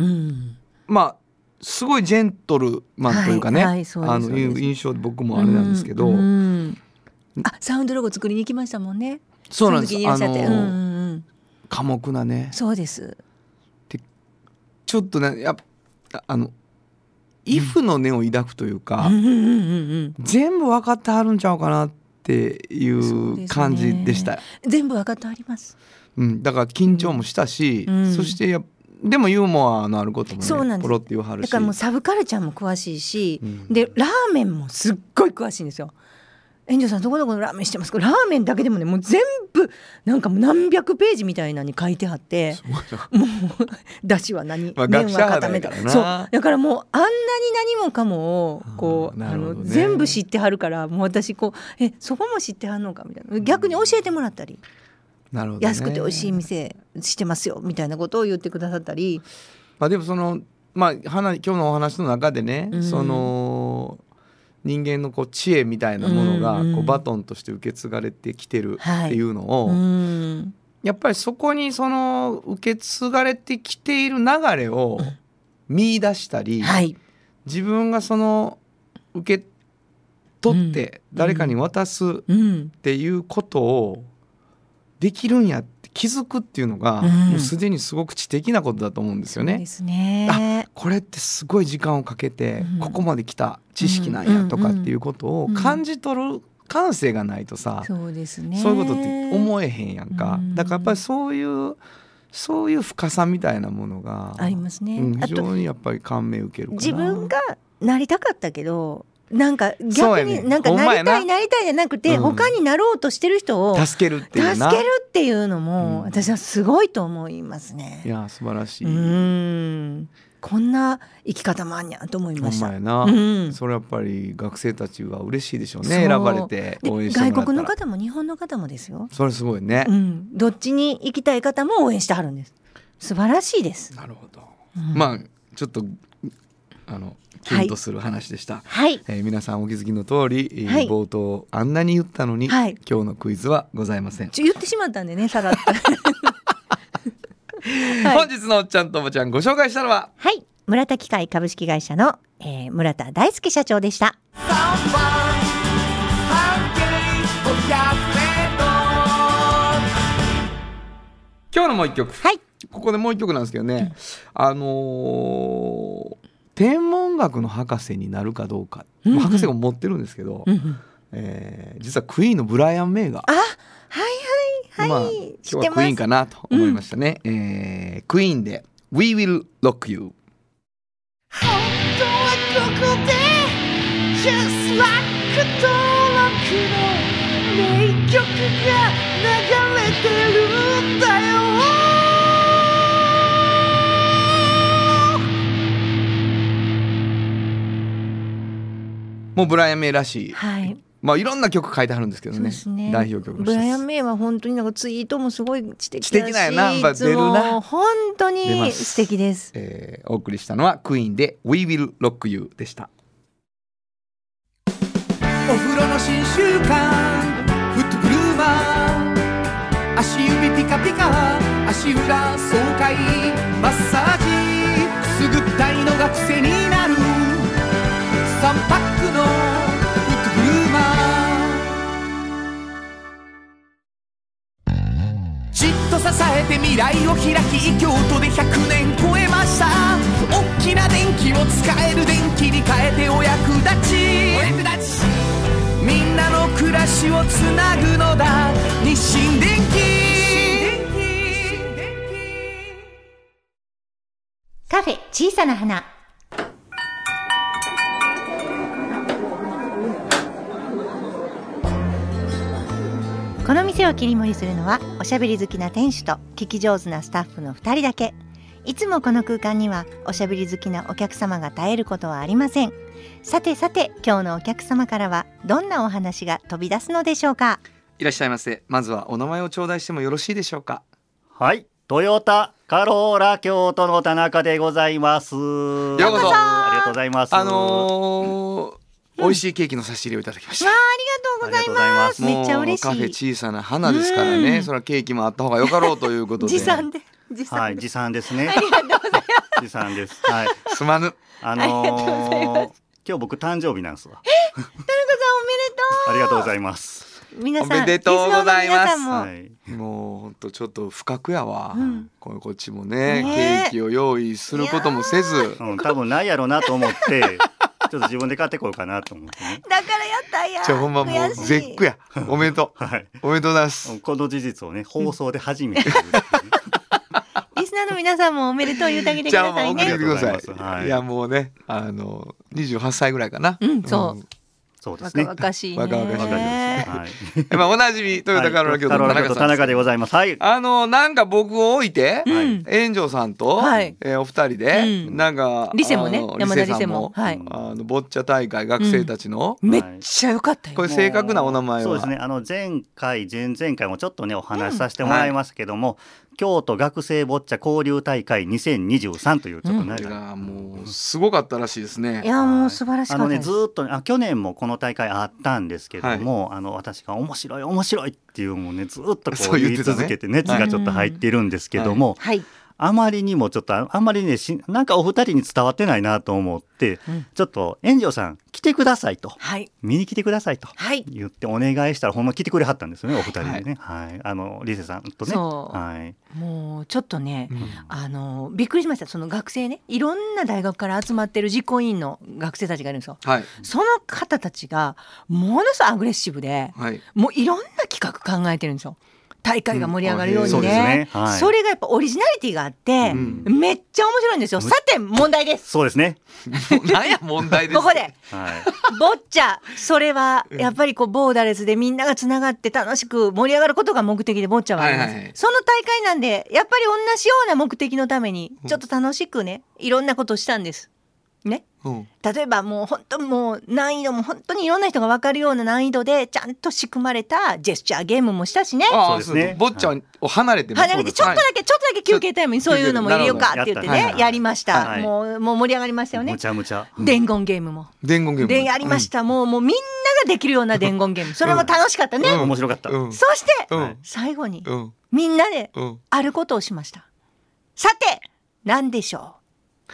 まあすごいジェントルマンというかね、はいはい、あのいう印象で僕もあれなんですけど、うんうん、あサウンドロゴ作りに行きましたもんね。 そうなんです。 その時にいらっしゃって、 あのーうんうんうん、 寡黙なね。 そうですでちょっとねやっぱあのイフの念を抱くというか、うんうんうんうん、全部分かってはるんちゃうかなっていう感じでした。 全部分かってはります、 うん、だから緊張もしたし、うん、そしてやでもユーモアのあることもねそうなんです。 ポロって言わはるし、 だからもうサブカルチャーも詳しいし、うん、でラーメンもすっごい詳しいんですよ。園長さんどこどこのラーメンしてますか。ラーメンだけでもねもう全部なんかもう何百ページみたいなのに書いてあって、もうだしは何、 まあ、 麺は固めた、そうだからもうあんなに何もかもをこう、ね、あの全部知ってはるから、もう私こうえそこも知ってはんのかみたいな、逆に教えてもらったり、 なるほどね、 安くて美味しい店してますよみたいなことを言ってくださったり、 まあ、でもその、まあ、今日のお話の中でね、うん、その人間のこう知恵みたいなものがこうバトンとして受け継がれてきてるっていうのを、はい、うんやっぱりそこにその受け継がれてきている流れを見出したり、うんはい、自分がその受け取って誰かに渡すっていうことをできるんやって気づくっていうのが、うん、もうすでにすごく知的なことだと思うんですよね。 そうですね。 あこれってすごい時間をかけてここまで来た知識なんやとかっていうことを感じ取る感性がないとさ、 そうですね、 そういうことって思えへんやんか、うん、だからやっぱりそういうそういう深さみたいなものがありますね、 うん、非常にやっぱり感銘受けるかな。 自分がなりたかったけどなんか逆になんかなりたいなりたいじゃなくて、うん、他になろうとしてる人を助けるっていうな助けるっていうのも、うん、私はすごいと思いますね。 いや素晴らしい。 うんこんな生き方もあんにゃと思いました。 ほんまやな、うん、それやっぱり学生たちは嬉しいでしょうね。選ばれて応援してもらったら。 外国の方も日本の方もですよ。 それすごいね、 うん、どっちに行きたい方も応援してはるんです。素晴らしいです。 なるほど、うん、まあちょっとあのキュンとする話でした、 はいえー、皆さんお気づきの通り、はい、冒頭あんなに言ったのに、はい、今日のクイズはございません。 ちょ言ってしまったんでねさらっと本日のおっちゃんとおばちゃんご紹介したのは、 はい、村田機械株式会社の、えー、村田大輔社長でした。 今日のもう一曲、 はい、 ここでもう一曲なんですけどね、うん、あのー、天文学の博士になるかどうか、うんうん、博士が持ってるんですけど、うんうんえー、実はクイーンのブライアン・メイがあ、はいはいはい、 まあ、今日はクイーンかなと思いましたね、うんえー、クイーンで We Will Rock You。 本当はここで Just like 登録の名曲が流れてるんだよ。 もうブライアン・メイらしい、 はいまあ、いろんな曲書いてあるんですけど ね, ね代表曲の一つ。 ブライアン・メイは本当になんかツイートもすごい知的だし、 知的なやな、やっぱ出るな、 本当に素敵です、 えー、お送りしたのはクイーンで We Will Rock You でした。 お風呂の新習慣フットグルーマー、足指ピカピカ足裏爽快マッサージくすぐったいのが癖になるさんパックのフットグルーマー、じっと支えて未来を開き京都でひゃくねん超えました。大きな電気を使える電気に変えてお役立ち、お役立ちみんなの暮らしをつなぐのだ日清電気。 カフェ小さな花。この店を切り盛りするのはおしゃべり好きな店主と聞き上手なスタッフのふたりだけ。いつもこの空間にはおしゃべり好きなお客様が絶えることはありません。さてさて今日のお客様からはどんなお話が飛び出すのでしょうか。 いらっしゃいませ。まずはお名前を頂戴してもよろしいでしょうか。 はい、トヨタカローラ京都の田中でございます。ようこそありがとうございます。 あのー美味しいケーキの差し入れをいただきました、 うん、ありがとうございます。めっちゃ嬉しい。 カフェ小さな花ですからね、うん、それはケーキもあった方がよかろうということで持参で持参で、 はい、持参ですね。 ありがとうございます持参です、はい、 すまぬ。 あのー、今日僕誕生日なんですわ。 え、田中さんおめでとう。 ありがとうございます。 皆さんおめでとうございます。 も、 はい、もう本当ちょっと不覚やわ、うん、こっちも ね, ねケーキを用意することもせず、 うん、多分ないやろうなと思ってちょっと自分で買ってこようかなと思ってね。 だからやったんや。 じゃあほんまもう絶句や。おめでとう、はい、おめでとうございます。 この事実をね放送で初めて、ね、 リスナーの皆さんもおめでとう言ってあげてくださいね。 じゃあもう送ってください、はい、いやもうねあのにじゅうはっさいぐらいかな、 うん、そう、うんそうですね、 若々しいね。 若々しいですね、 はい、 まあおなじみトヨタカローラ京都の田中さん、 田中でございます。はい、 あのなんか僕を置いて、 はい、 炎上さんと、はいえー、お二人で、うん、なんかリセもね、山田リセも、 はい、あのボッチャ大会学生たちの、 うん、めっちゃ良かったよ。 これ正確なお名前は。 そうですね、あの前回前々回もちょっとねお話しさせてもらいますけども、うんはい、京都学生ボッチャ交流大会にせんにじゅうさんというちょっとね、 うん、がもうすごかったらしいですね。 いやもう素晴らしかったです。 あのねずっとあ去年もこの大会あったんですけども、はい、あの私が面白い面白いっていうのをねずっとこう言い続けて熱がちょっと入っているんですけども、 はいはい、 あまりにもちょっとあんまりねしなんかお二人に伝わってないなと思って、うん、ちょっと炎上さん来てくださいと、はい、見に来てくださいと言ってお願いしたらほんま来てくれはったんですよね、お二人でね、はいはい、あのリセさんとね、 はい、もうちょっとね、うん、あのびっくりしました。その学生ねいろんな大学から集まってる実行委員の学生たちがいるんですよ、はい、その方たちがものすごいアグレッシブで、はい、もういろんな企画考えてるんですよ。大会が盛り上がるようにね、うん そ, ねはい、それがやっぱオリジナリティがあって、うん、めっちゃ面白いんですよ。さて問題です。 そうですね何や問題ですここで、はい、ボッチャそれはやっぱりこうボーダレスでみんながつながって楽しく盛り上がることが目的でボッチャはあります、はいはいはい、その大会なんでやっぱり同じような目的のためにちょっと楽しくねいろんなことをしたんですね、うん、例えばもう本当もう難易度も本当にいろんな人が分かるような難易度でちゃんと仕組まれたジェスチャーゲームもしたしね。 ああそうですね。ボッチャを離れて離れてちょっとだけ、はい、ちょっとだけ休憩タイムにそういうのも入れようかって言ってね や, やりました、はい、もう、もう盛り上がりましたよね。 むちゃむちゃ、 うん、伝言ゲームも伝言ゲームでやりました、うん、もうもうみんなができるような伝言ゲームそれも楽しかったね、うんうん、面白かった、うん、 そして、うん、最後に、うん、みんなであることをしました。 さて何でしょう。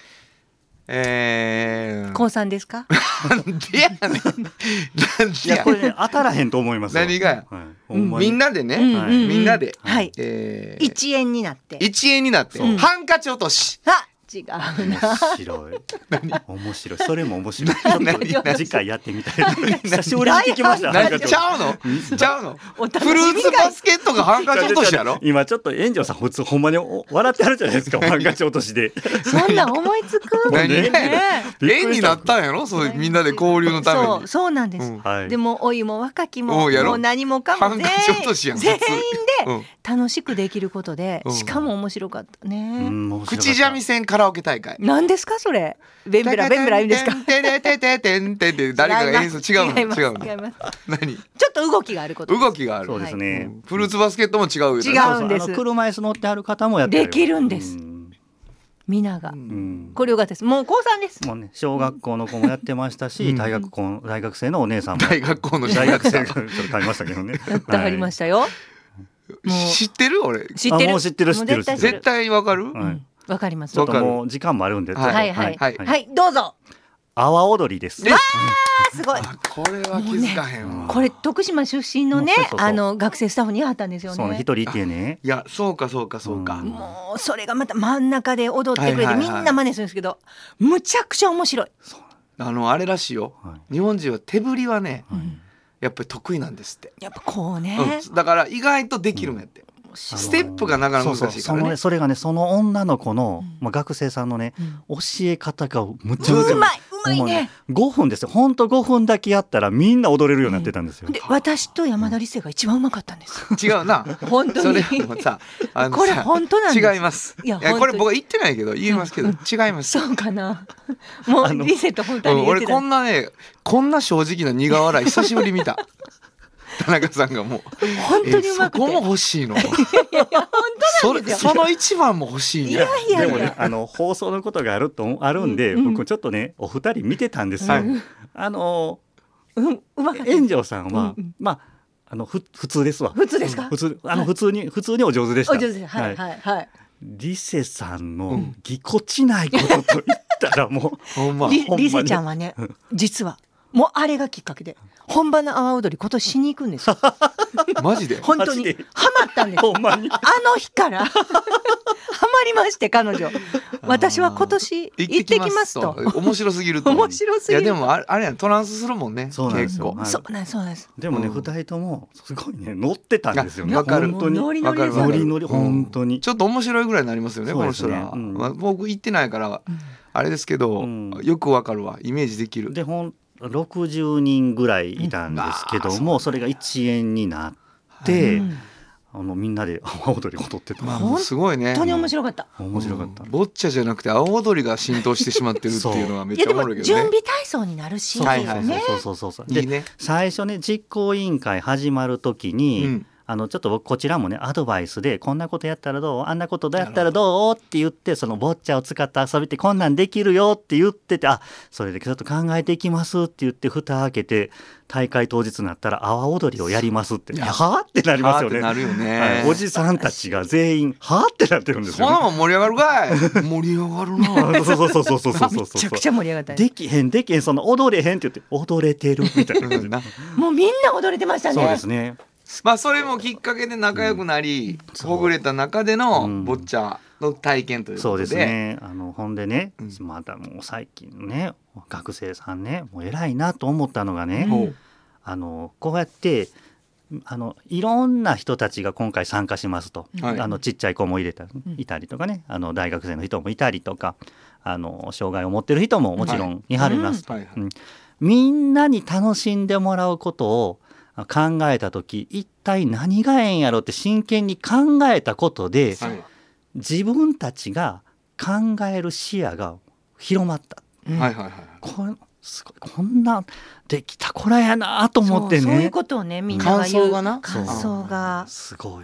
えー、 高さんですか。 なんでやねん。なんでいやこれね当たらへんと思いますよ。 何がや、 はい、 みんなでね、 うんうんうん、 みんなで、 はいえー、 いちえんになっていちえんになって、うん、ハンカチ落とし。 あ違うな。 面白い。面白い。それも面白い。ちょっと次回やってみたい。久しぶりに聞きました。 何ちゃうの？ちゃうの？フルーツバスケットがハンカチ落としやろ？ 今ちょっと炎上さん普通ほんまに笑ってあるじゃないですか。ハンカチ落としで。 そんな思いつく？ 何？縁になったんやろ？そうみんなで交流のために。 そうそうなんです。でもおいも若きももう何もかも全員全員で楽しくできることで、しかも面白かったね。 口三味線カラオケ大会。 何ですかそれ。ベンベラベンベラ言うんですか。 てててててんてん誰かが演奏違うの違うの。 違います。 何？ ちょっと動きがあること。 動きがある。 そうですね。 フルーツバスケットも違う。 違うんです。 車椅子乗ってある方もやってる。 できるんです。皆が。これよかったです。もう高さんです。 もうね小学校の子もやってましたし、大学校大学生のお姉さんも。 大学校の大学生がちょっと買いましたけどね。 やってはりましたよ。 知ってる俺。 知ってる。 もう知ってる知ってる。 絶対わかる？ わかります。 ちょっともう時間もあるんで。 はいはいはいどうぞ。 阿波踊りです。 わあすごい。 これは気づかへんわ。 これ徳島出身のねあの学生スタッフにあったんですよね。 そう一人いてね。 いやそうかそうかそうか。 もうそれがまた真ん中で踊ってくれてみんな真似するんですけどむちゃくちゃ面白い。 あのあれらしいよ。日本人は手振りはねやっぱり得意なんですって。 やっぱこうね。 だから意外とできるんやって。ステップがなかなか難しいからね。 それがねその女の子の学生さんのね教え方がむちゃむちゃうまいうまいね。 ごふんですよ。ほんとごふんだけやったらみんな踊れるようになってたんですよ。 で私と山田理生が一番うまかったんです。 違うな。 本当に。 それもさこれ本当なんです。 違います。いやこれ僕は言ってないけど言いますけど違います。 そうかな。もう理生と本当に俺こんなねこんな正直な苦笑い久しぶり見た。田中さんがもう本当にうまくて、 そこも欲しいの。 いやいや本当なんですよ。 その一番も欲しいね。 いやいやいやでもねあの放送のことがあるとあるんで、うん、僕ちょっとねお二人見てたんですよ。はい、あの、 うん、うまかった。 炎上さんは、 うんうん、 まああのふ普通ですわ。 普通ですか。 普通あの普通に、はい、普通にお上手でした。 お上手です。はいはいはい。 リセさんのぎこちないことと言ったらもう、 うん、リ, リセちゃんはね実はもうあれがきっかけで本場の阿波踊り今年しに行くんですよ。 マジで本当にハマったんです。 ほんまにあの日からハマりまして彼女私は今年行ってきますと。 面白すぎると面白すぎる。 いやでもあれあれやんトランスするもんね。 そうなんですよ。 そうなんですそうなんです。 でもね二人ともすごいね乗ってたんですよね。 わかる。 本当にノリノリです。 ノリノリ本当にちょっと面白いぐらいになりますよねこの人ら。僕行ってないからあれですけどよくわかるわイメージできる。 でほんろくじゅうにんぐらいいたんですけども、うん、それがいちえんになって、はい、あのみんなで阿波踊り踊ってた、 まあ、すごいね。 本当に面白かった、 うん、面白かった、 ボッチャじゃなくて阿波踊りが浸透してしまってるっていうのはめっちゃおもろいけどね。 いやでも準備体操になるし、 はいはい、そうそうそうそう。でいいね、最初ね実行委員会始まる時に、うんあのちょっと僕こちらもねアドバイスでこんなことやったらどうあんなことやったらどうって言ってそのボッチャを使った遊びってこんなんできるよって言っててあそれでちょっと考えていきますって言って蓋開けて大会当日になったら阿波踊りをやりますってはあってなりますよね。 なるよね、 はい、おじさんたちが全員はあってなってるんですよ、ね、 そんなもん盛り上がるかい盛り上がるなそうそうそうそうそうそうそうめちゃくちゃ盛り上がった、ね、 できへんできへんその踊れへんって言って踊れてるみたいな感じもうみんな踊れてましたね。 そうですね。 まあそれもきっかけで仲良くなり、うん、ほぐれた中でのボッチャの体験ということで、 そうですね。あのほんでね、うん、またもう最近のね学生さんねもう偉いなと思ったのがね、うん、あのこうやってあのいろんな人たちが今回参加しますと、はい、あのちっちゃい子も入れたいたりとかねあの大学生の人もいたりとかあの障害を持ってる人ももちろんいはりますと、みんなに楽しんでもらうことを考えた時一体何がええんやろって真剣に考えたことで、はい、自分たちが考える視野が広まった、 うんはいはいはい、 これすごいこんなできた子らやなと思ってね。 そう、そういうことをねみんなが言う感想がな感想がすごいな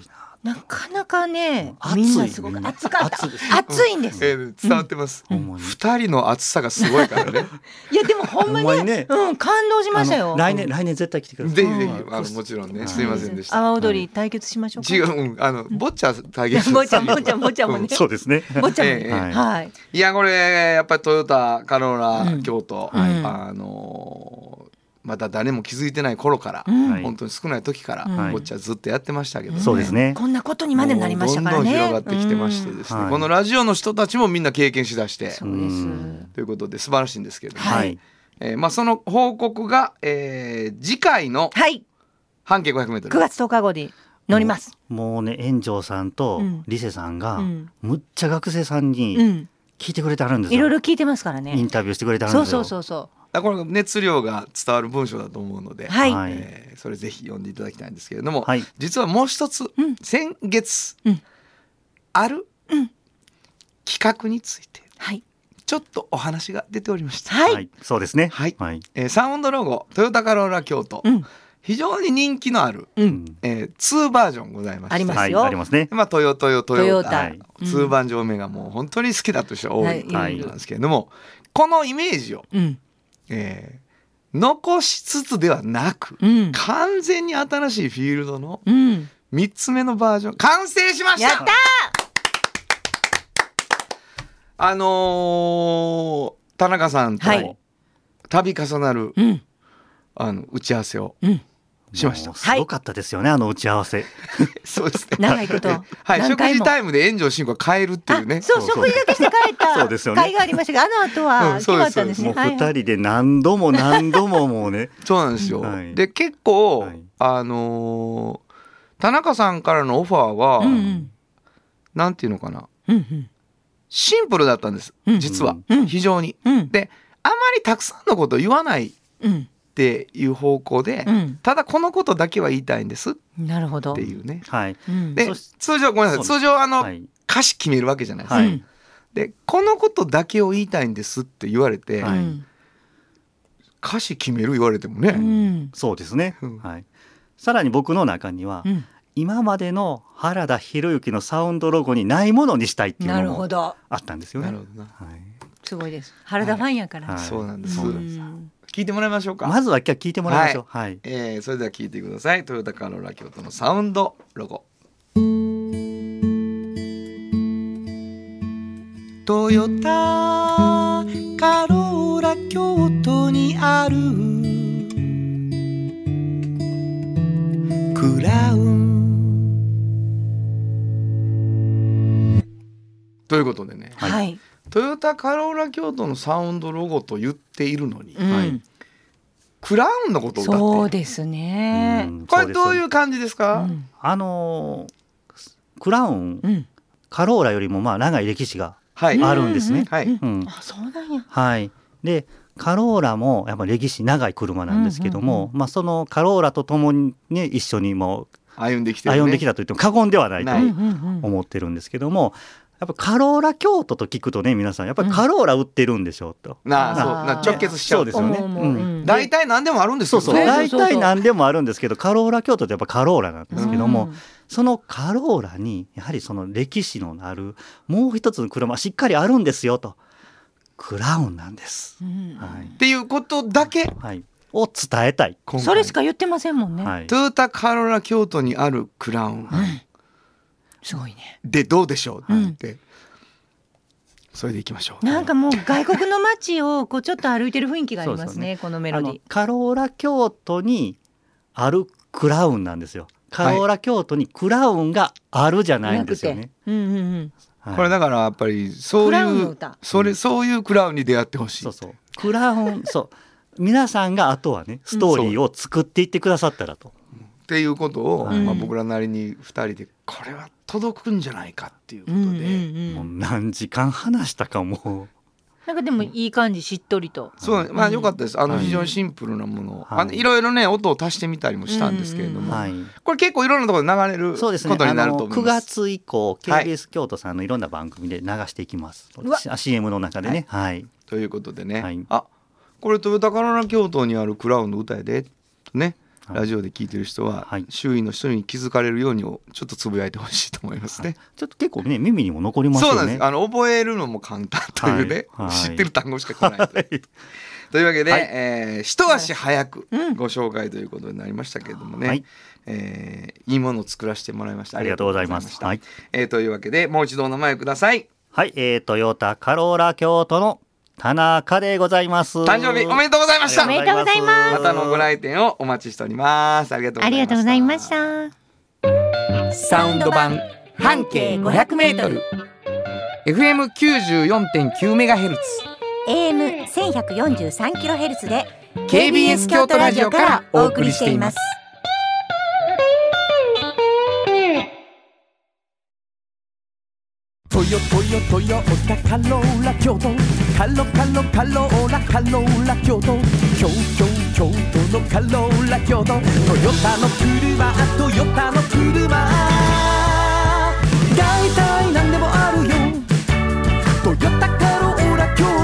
なかなかねみんなすごく熱かった熱いんです、 えー、伝わってます、うん、二人の熱さがすごいからねいやでもほんまに、ねうん、感動しましたよ。 来年来年絶対来てください。 ぜひぜひあのもちろんねすいませんでした。 阿波踊り対決しましょうか。 違う、うん、あのボッチャ対決ボッチャボッチャボッチャもね、うん、 そうですねボッチャもね、 えー、 はい。 いやこれやっぱりトヨタカローラ京都、 うん、 あのーまだ誰も気づいてない頃から、うん、本当に少ない時から、うん、ボッチャずっとやってましたけど、ね、 そうですね。 こんなことにまでなりましたからね。 どんどん広がってきてましてですね、うん、このラジオの人たちもみんな経験しだして、 そうです。 ということで素晴らしいんですけれども、 はいえーまあ、その報告が、えー、次回の半径 ごひゃくメートル、 くがつとおかごに乗ります。 もう、もうね炎上さんとリセさんが、うん、むっちゃ学生さんに聞いてくれてあるんですよ、 いろいろ聞いてますからね。 インタビューしてくれてあるんですよ。 そうそうそうそう。 これ熱量が伝わる文章だと思うので、 はいえー、それぜひ読んでいただきたいんですけれども、 はい、 実はもう一つ、うん、先月、うん、ある、うん、企画について、はい、ちょっとお話が出ておりました。 はい、はい、 そうですね、 はいはいえー、サウンドロゴトヨタカローラ京都、うん、非常に人気のある、うんえー、にバージョンございまして、 ありますよ、 はい、ありますね。 まあ、トヨトヨトヨタ、 トヨタにバージョン目がもう本当に好きだという人が多いということなんですけれども、はい、このイメージを、うんえー残しつつではなく、うん、完全に新しいフィールドのみっつめのバージョン完成しました。 やったー。 あのー、田中さんと度重なる、はい、あの打ち合わせをしました。 すごかったですよね、はい、あの打ち合わせそうですね、 長いことはい、食事タイムで炎上進行を変えるっていうね。 そう、食事だけして帰った会がありましたが、あの後は決まったんですね。 もうふたりで何度も何度ももうねそうなんですよ、はい、で結構、はい、あのー、田中さんからのオファーは、うんうん、なんていうのかな、うんうん、シンプルだったんです、うん、実は、うん、非常に、うん、であまりたくさんのことを言わない、うんっていう方向で、うん、ただこのことだけは言いたいんですっていうね、 はい、 で通常ごめんなさい通常あの、はい、歌詞決めるわけじゃないですか、はい、でこのことだけを言いたいんですって言われて、はい、歌詞決める言われてもね、うん、 そうですね、うんはい、さらに僕の中には、うん、今までの原田博之のサウンドロゴにないものにしたいっていうのもあったんですよね。 なるほどな、 はい、すごいです。原田ファンやから、はいはい、そうなんです、うん聞いてもらいましょうか。 まずは今日聞いてもらいましょう、はいはいえー、それでは聞いてください。トヨタカローラ京都のサウンドロゴ。 トヨタカローラ京都にあるクラウンということでね、 はい、 トヨタカローラ京都のサウンドロゴと言っているのに、 うんはい、 クラウンのことを歌ってそうですね、 うん、これどういう感じですか？ うん、あのー、クラウン、うん、カローラよりもまあ長い歴史があるんですね。 あ、そうなんや。 はい。でカローラもやっぱ歴史長い車なんですけども、うんうんうんまあ、そのカローラとともに、ね、一緒にもう歩んできてるね、 歩んできたと言っても過言ではないと思ってるんですけども、やっぱカローラ京都と聞くとね皆さんやっぱりカローラ売ってるんでしょうと、 うん、なあそうな直結しちゃうそうですよね、うん、 大体何でもあるんですよね。 そうそう大体何でもあるんですけどカローラ京都ってやっぱカローラなんですけども、うん、そのカローラにやはりその歴史のあるもう一つの車しっかりあるんですよとクラウンなんです、 うんはい、っていうことだけ、 はい、を伝えたい。 それしか言ってませんもんね、 はい、 トヨタカローラ京都にあるクラウン、 はい、すごいね。 でどうでしょうって、うん、それでいきましょう。 なんかもう外国の街をこうちょっと歩いてる雰囲気がありますねこのメロディー。 カローラ京都にあるクラウンなんですよ。カローラ京都にクラウンがあるじゃないんですよね、 うんうんうんはい、これだからやっぱりそういうそれそういうクラウンに出会ってほしい。 そうそうクラウンそう皆さんがあとはねストーリーを作っていってくださったらと、 うん、っていうことを、まあ、僕らなりにふたりでこれは届くんじゃないかっていうことで、うんうんうん、もう何時間話したかもなんかでもいい感じしっとりと。 そうまあ良かったです。あの非常にシンプルなものを、はい、あのいろいろね音を足してみたりもしたんですけれども、うんうん、これ結構いろんなところで流れることになると思います。 くがつ以降 ケービーエス 京都さんのいろんな番組で流していきます、はい、シーエム の中でね、はいはい、 ということでね、はい、あこれトヨタカローラ京都にあるクラウンの歌やでねラジオで聞いてる人は、はい、周囲の人に気づかれるようにちょっとつぶやいてほしいと思いますね、はい、 ちょっと結構ね耳にも残りますよね。 そうなんです。あの覚えるのも簡単というね、はいはい、知ってる単語しか来ないと、はい、というわけで、はい、えー、一足早くご紹介ということになりましたけれどもね、はい、えー、いいものを作らせてもらいました。 ありがとうございます。はい、 えー、というわけでもう一度お名前ください。 はい、えー、トヨタカローラ京都の田中でございます。 誕生日おめでとうございました。 おめでとうございます。 またのご来店をお待ちしております。ありがとうございました。 ありがとうございました。 サウンド版半径ごひゃくメートル エフエムきゅうじゅうよんてんきゅうメガヘルツエーエムせんひゃくよんじゅうさんキロヘルツ でケービーエス 京都ラジオからお送りしています。トヨトヨトヨタカローラ京都カロカロカローラカローラ京都京京京都のカローラ京都トヨタの車トヨタの車だいたいなんでもあるよトヨタカローラ京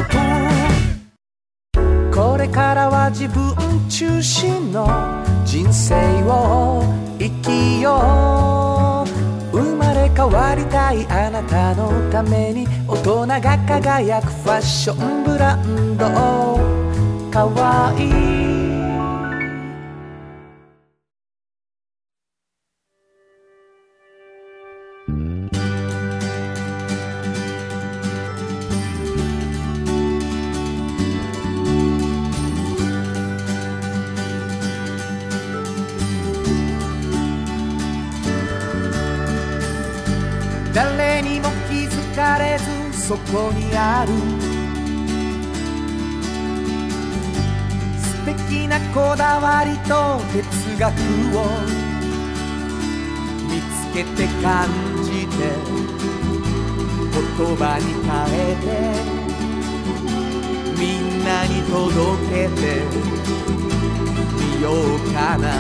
都。これからは自分中心の人生を生きよう。生まれ変わりたいあなたのために大人が輝くファッションブランドかわいい。誰にも気づかれずそこにある素敵なこだわりと哲学を見つけて感じて言葉に変えてみんなに届けてみようかな。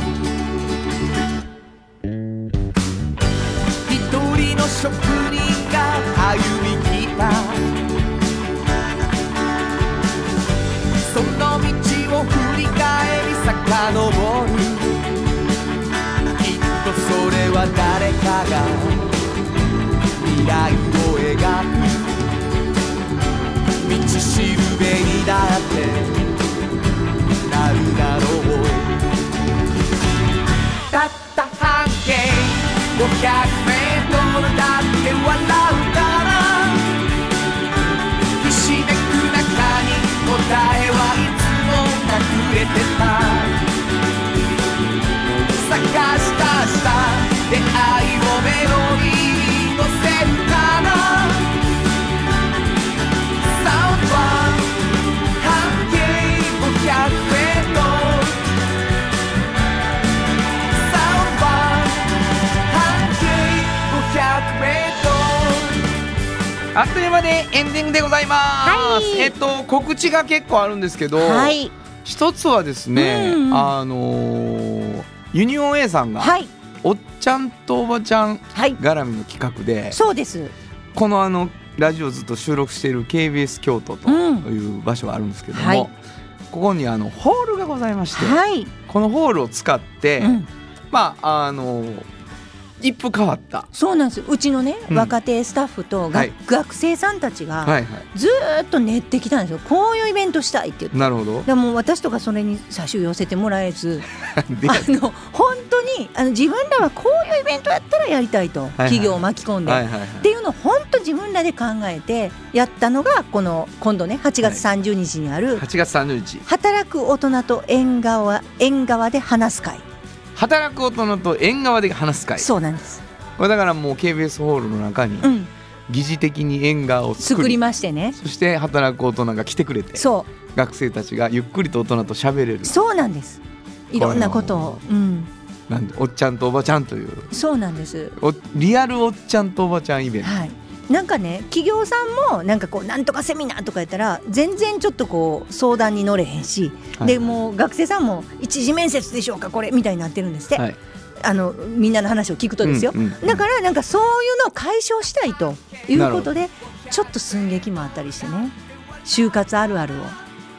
職人が歩み来たその道を振り返り遡るきっとそれは誰かが未来を描く道しるべにだってなるだろう。たった半径ごひゃくメートルだって笑うからひしめく中に答えはいつも隠れてた。探し出した出会いをメロディーに乗せるかな。サウンドは半径ごひゃくメートルあっという間でエンディングでございます、はい、えっと告知が結構あるんですけど、はい、一つはですね、うん、あのー、ユニオン A さんが、はい、おっちゃんとおばちゃん絡みの企画で、はい、 そうです。 このあのラジオをずっと収録している ケービーエス 京都という場所があるんですけども、はい、ここにあのホールがございまして、はい、このホールを使って、うん、まああのー一風変わった。 そうなんです。うちのね、うん、若手スタッフと、はい、学生さんたちがずーっと練ってきたんですよ。こういうイベントしたいって言って。 なるほど。 でも私とかそれに最初寄せてもらえずあの本当にあの自分らはこういうイベントやったらやりたいと、はいはい、企業を巻き込んで、はいはいはい、っていうのを本当自分らで考えてやったのがこの今度ねはちがつさんじゅうにちにある、はい、 はちがつさんじゅうにち働く大人と縁側、縁側で話す会。 働く大人と縁側で話す会。 そうなんです。 これだからもう ケービーエス ホールの中に疑似的に縁側を作り、 作りましてね。 そして働く大人が来てくれて、そう学生たちがゆっくりと大人と喋れる。 そうなんです。いろんなことを、うん、 なんでおっちゃんとおばちゃんという。 そうなんです。 おリアルおっちゃんとおばちゃんイベント、はい、 なんかね企業さんもなんかこうなんとかセミナーとかやったら全然ちょっとこう相談に乗れへんし、はい、でもう学生さんも一次面接でしょうかこれみたいになってるんですって、はい、あのみんなの話を聞くとですよ、うんうんうん、だからなんかそういうのを解消したいということでちょっと寸劇もあったりしてね、就活あるあるを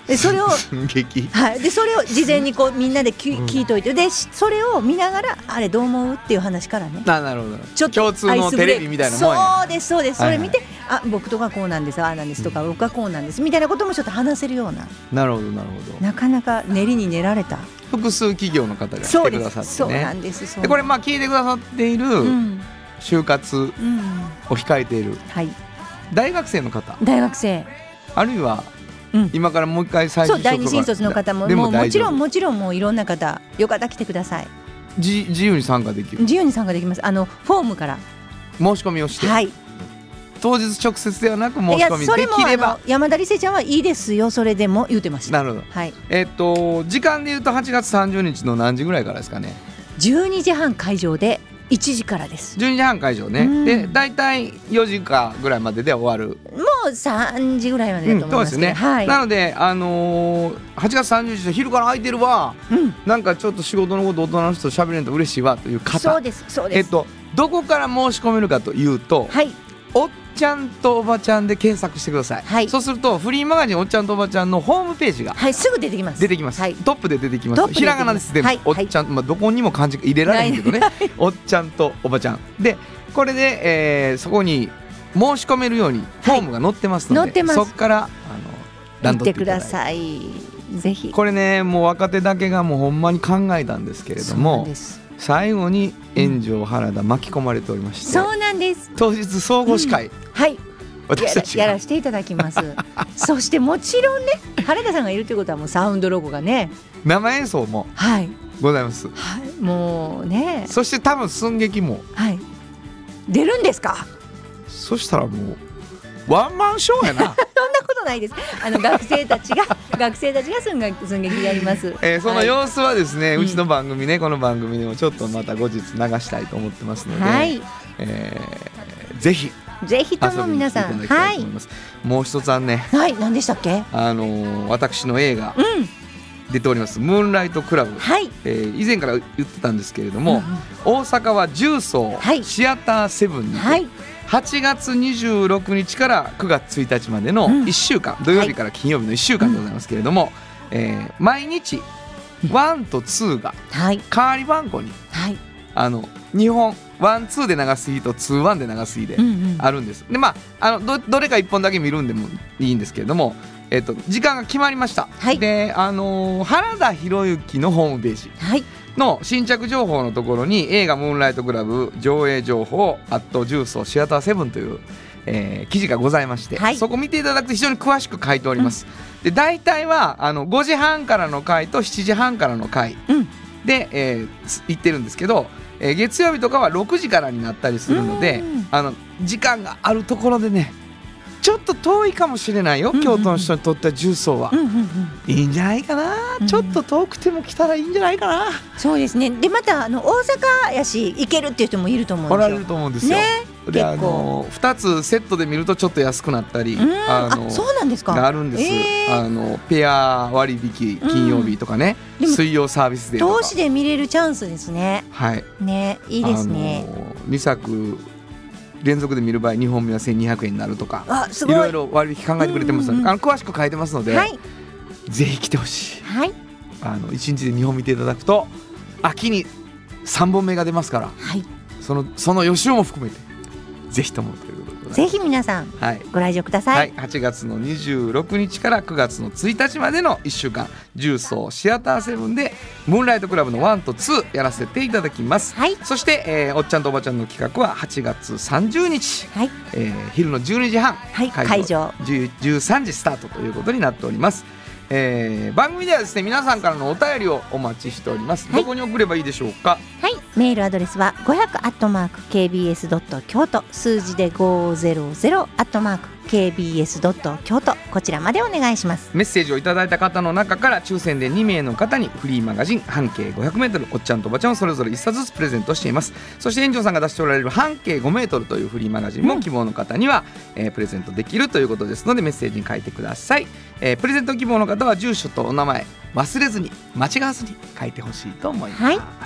でそれを寸劇、 はい、でそれを事前にこうみんなでき、うん、聞いといて、でそれを見ながらあれどう思うっていう話からね。 あ、なるほど。 ちょっと共通のテレビみたいなもんや。 そうですそうです。それ見て、はいはい、あ僕とかこうなんですああなんですとか、うん、僕はこうなんですみたいなこともちょっと話せるような。 なるほどなるほど。 なかなか練りに練られた複数企業の方が来てくださってね。 そうなんです。 でこれまあ聞いてくださっている、うん、就活を控えている、うんはい、大学生の方、 大学生あるいは、うん、今からもう一回再就職、 そう第二新卒の方も、もうもちろんもちろんもういろんな方よかったら来てください。 じ自由に参加できる。 自由に参加できます。あのフォームから申し込みをして、はい、当日直接ではなく申し込みできれば。 山田理瀬ちゃんはいいですよそれでも言うてました。 なるほど、 はい、 えー、っと時間でいうとはちがつさんじゅうにちの何時ぐらいからですかね。 じゅうにじはん会場でいちじからです。 じゅうにじはん会場ね。でだいたいよじかぐらいまでで終わる。 もうさんじぐらいまでだと思いますけど、 うん、そうですね、はい、なので、あのー、はちがつさんじゅうにちの昼から空いてるわ、うん、なんかちょっと仕事のこと大人の人と喋れると嬉しいわという方、 そうですそうです、 えっと、どこから申し込めるかというと、はい、おっちゃんとおばちゃんで検索してください、はい、そうするとフリーマガジンおっちゃんとおばちゃんのホームページが、 はい、すぐ出てきます出てきます、はい、トップで出てきます。 ひらがなですで、はい、おっちゃん、まあ、どこにも漢字入れられへんけどねおっちゃんとおばちゃんでこれで、えー、そこに申し込めるようにフォームが載ってますので、はい、載ってます。そこからあの段取っていただいてください。ぜひこれねもう若手だけがもうほんまに考えたんですけれども、最後に炎上原田巻き込まれておりまして、 そうなんです。 当日総合司会、うん、 はい私たちがや, やらせていただきますそしてもちろんね原田さんがいるということはもうサウンドロゴがね生演奏もございます、 はいはい、もうねそして多分寸劇も、 はい、出るんですか。 そしたらもうワンマンショーやなそんなことないです。あの学生たちが学生たちが寸劇寸劇やります、 えー、その様子はですね、はい、うちの番組ね、うん、この番組でもちょっとまた後日流したいと思ってますので、はい、えー、ぜひぜひとも皆さん、はい、 もう一つあんね、 はい、何でしたっけ。 あのー、私の映画、うん、出ておりますムーンライトクラブ、はい、えー、以前から言ってたんですけれども、うん、大阪は重曹、はい、シアターセブンに、はい、はちがつにじゅうろくにちからくがつついたちまでのいっしゅうかん、うん、土曜日から金曜日のいっしゅうかんでございますけれども、うん、えー、毎日ワンとツーが代わり番号に、はい、あのにほんワンツーで流す日とツーワンで流す日であるんです、うんうん、でまあ、あの ど, どれかいっぽんだけ見るんでもいいんですけれども、えー、と時間が決まりました、はい、で、あのー、原田博之のホームページの新着情報のところに映画ムーンライトクラブ上映情報アット重曹シアターセブンという、えー、記事がございまして、はい、そこ見ていただくと非常に詳しく書いております、うん、で大体はあのごじはんからの回としちじはんからの回で、うん、えー、行ってるんですけど、えー、月曜日とかはろくじからになったりするので、あの時間があるところでねちょっと遠いかもしれないよ、うんうんうん、京都の人にとっては重曹は、うんうんうん、いいんじゃないかな、うん、ちょっと遠くても来たらいいんじゃないかな。 そうですね。でまたあの大阪やし行けるっていう人もいると思うんですよ。 おられると思うんですよ、ね、であのふたつセットで見るとちょっと安くなったり、 あのあそうなんですかがあるんです、えー、あのペア割引金曜日とかね、うん、水曜サービスデーとか投資で見れるチャンスですね。 はいね、いいですね。 にさく連続で見る場合にほんめはせんにひゃくえんになるとか、あすごいいろいろ割引考えてくれてますので、うんうん、あの詳しく書いてますので、はい、ぜひ来てほしい、はい、あのいちにちでにほん見ていただくと秋にさんぼんめが出ますから、はい、そのその予習も含めてぜひともということでぜひ皆さん、はい、ご来場ください、はい、 はちがつのにじゅうろくにちからくがつのついたちまでのいっしゅうかん重曹シアターセブンでムーンライトクラブのワンとツーやらせていただきます、はい、そして、えー、おっちゃんとおばちゃんの企画ははちがつさんじゅうにち、はい、えー、昼のじゅうにじはん、はい、会場じゅうさんじスタートということになっております。えー、番組ではですね皆さんからのお便りをお待ちしております、はい、どこに送ればいいでしょうか。 はい、メールアドレスはごひゃくアットマーク ケービーエスドット京都数字でごひゃくアットマーク ケービーエスドット京都こちらまでお願いします。 メッセージをいただいた方の中から抽選でにめいの方にフリーマガジン半径ごひゃくメートルおっちゃんとおばちゃんをそれぞれいっさつずつプレゼントしています。そして園長さんが出しておられる半径ごメートルというフリーマガジンも希望の方には、うん、えー、プレゼントできるということですのでメッセージに書いてください。えー、プレゼント希望の方は住所とお名前忘れずに間違わずに書いてほしいと思います、はい、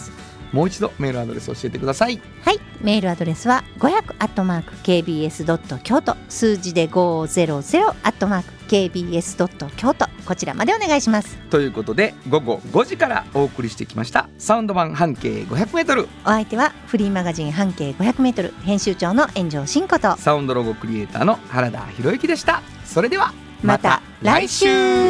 もう一度メールアドレス教えてください。 はい、メールアドレスはごひゃくアットマーク ケービーエスドット京都、数字でごひゃくアットマーク ケービーエスドット京都、こちらまでお願いします。 ということで午後ごじからお送りしてきましたサウンド版半径 ごひゃくメートル、 お相手はフリーマガジン半径 ごひゃくメートル 編集長の炎上真子とサウンドロゴクリエイターの原田博之でした。それではまた来週。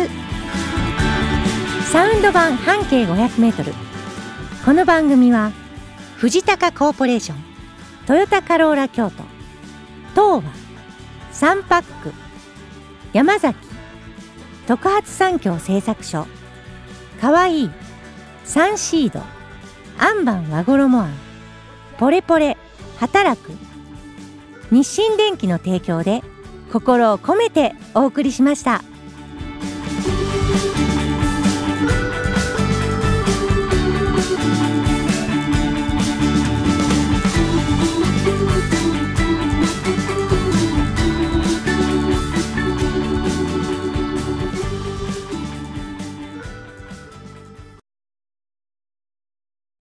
サウンド版半径 ごひゃくメートル、 この番組は藤高コーポレーション、トヨタカローラ京都、東和、サンパック、山崎、特発産業製作所、かわいい、サンシード、アンバン和衣あん、ポレポレ働く、日清電機の提供で心を込めてお送りしました。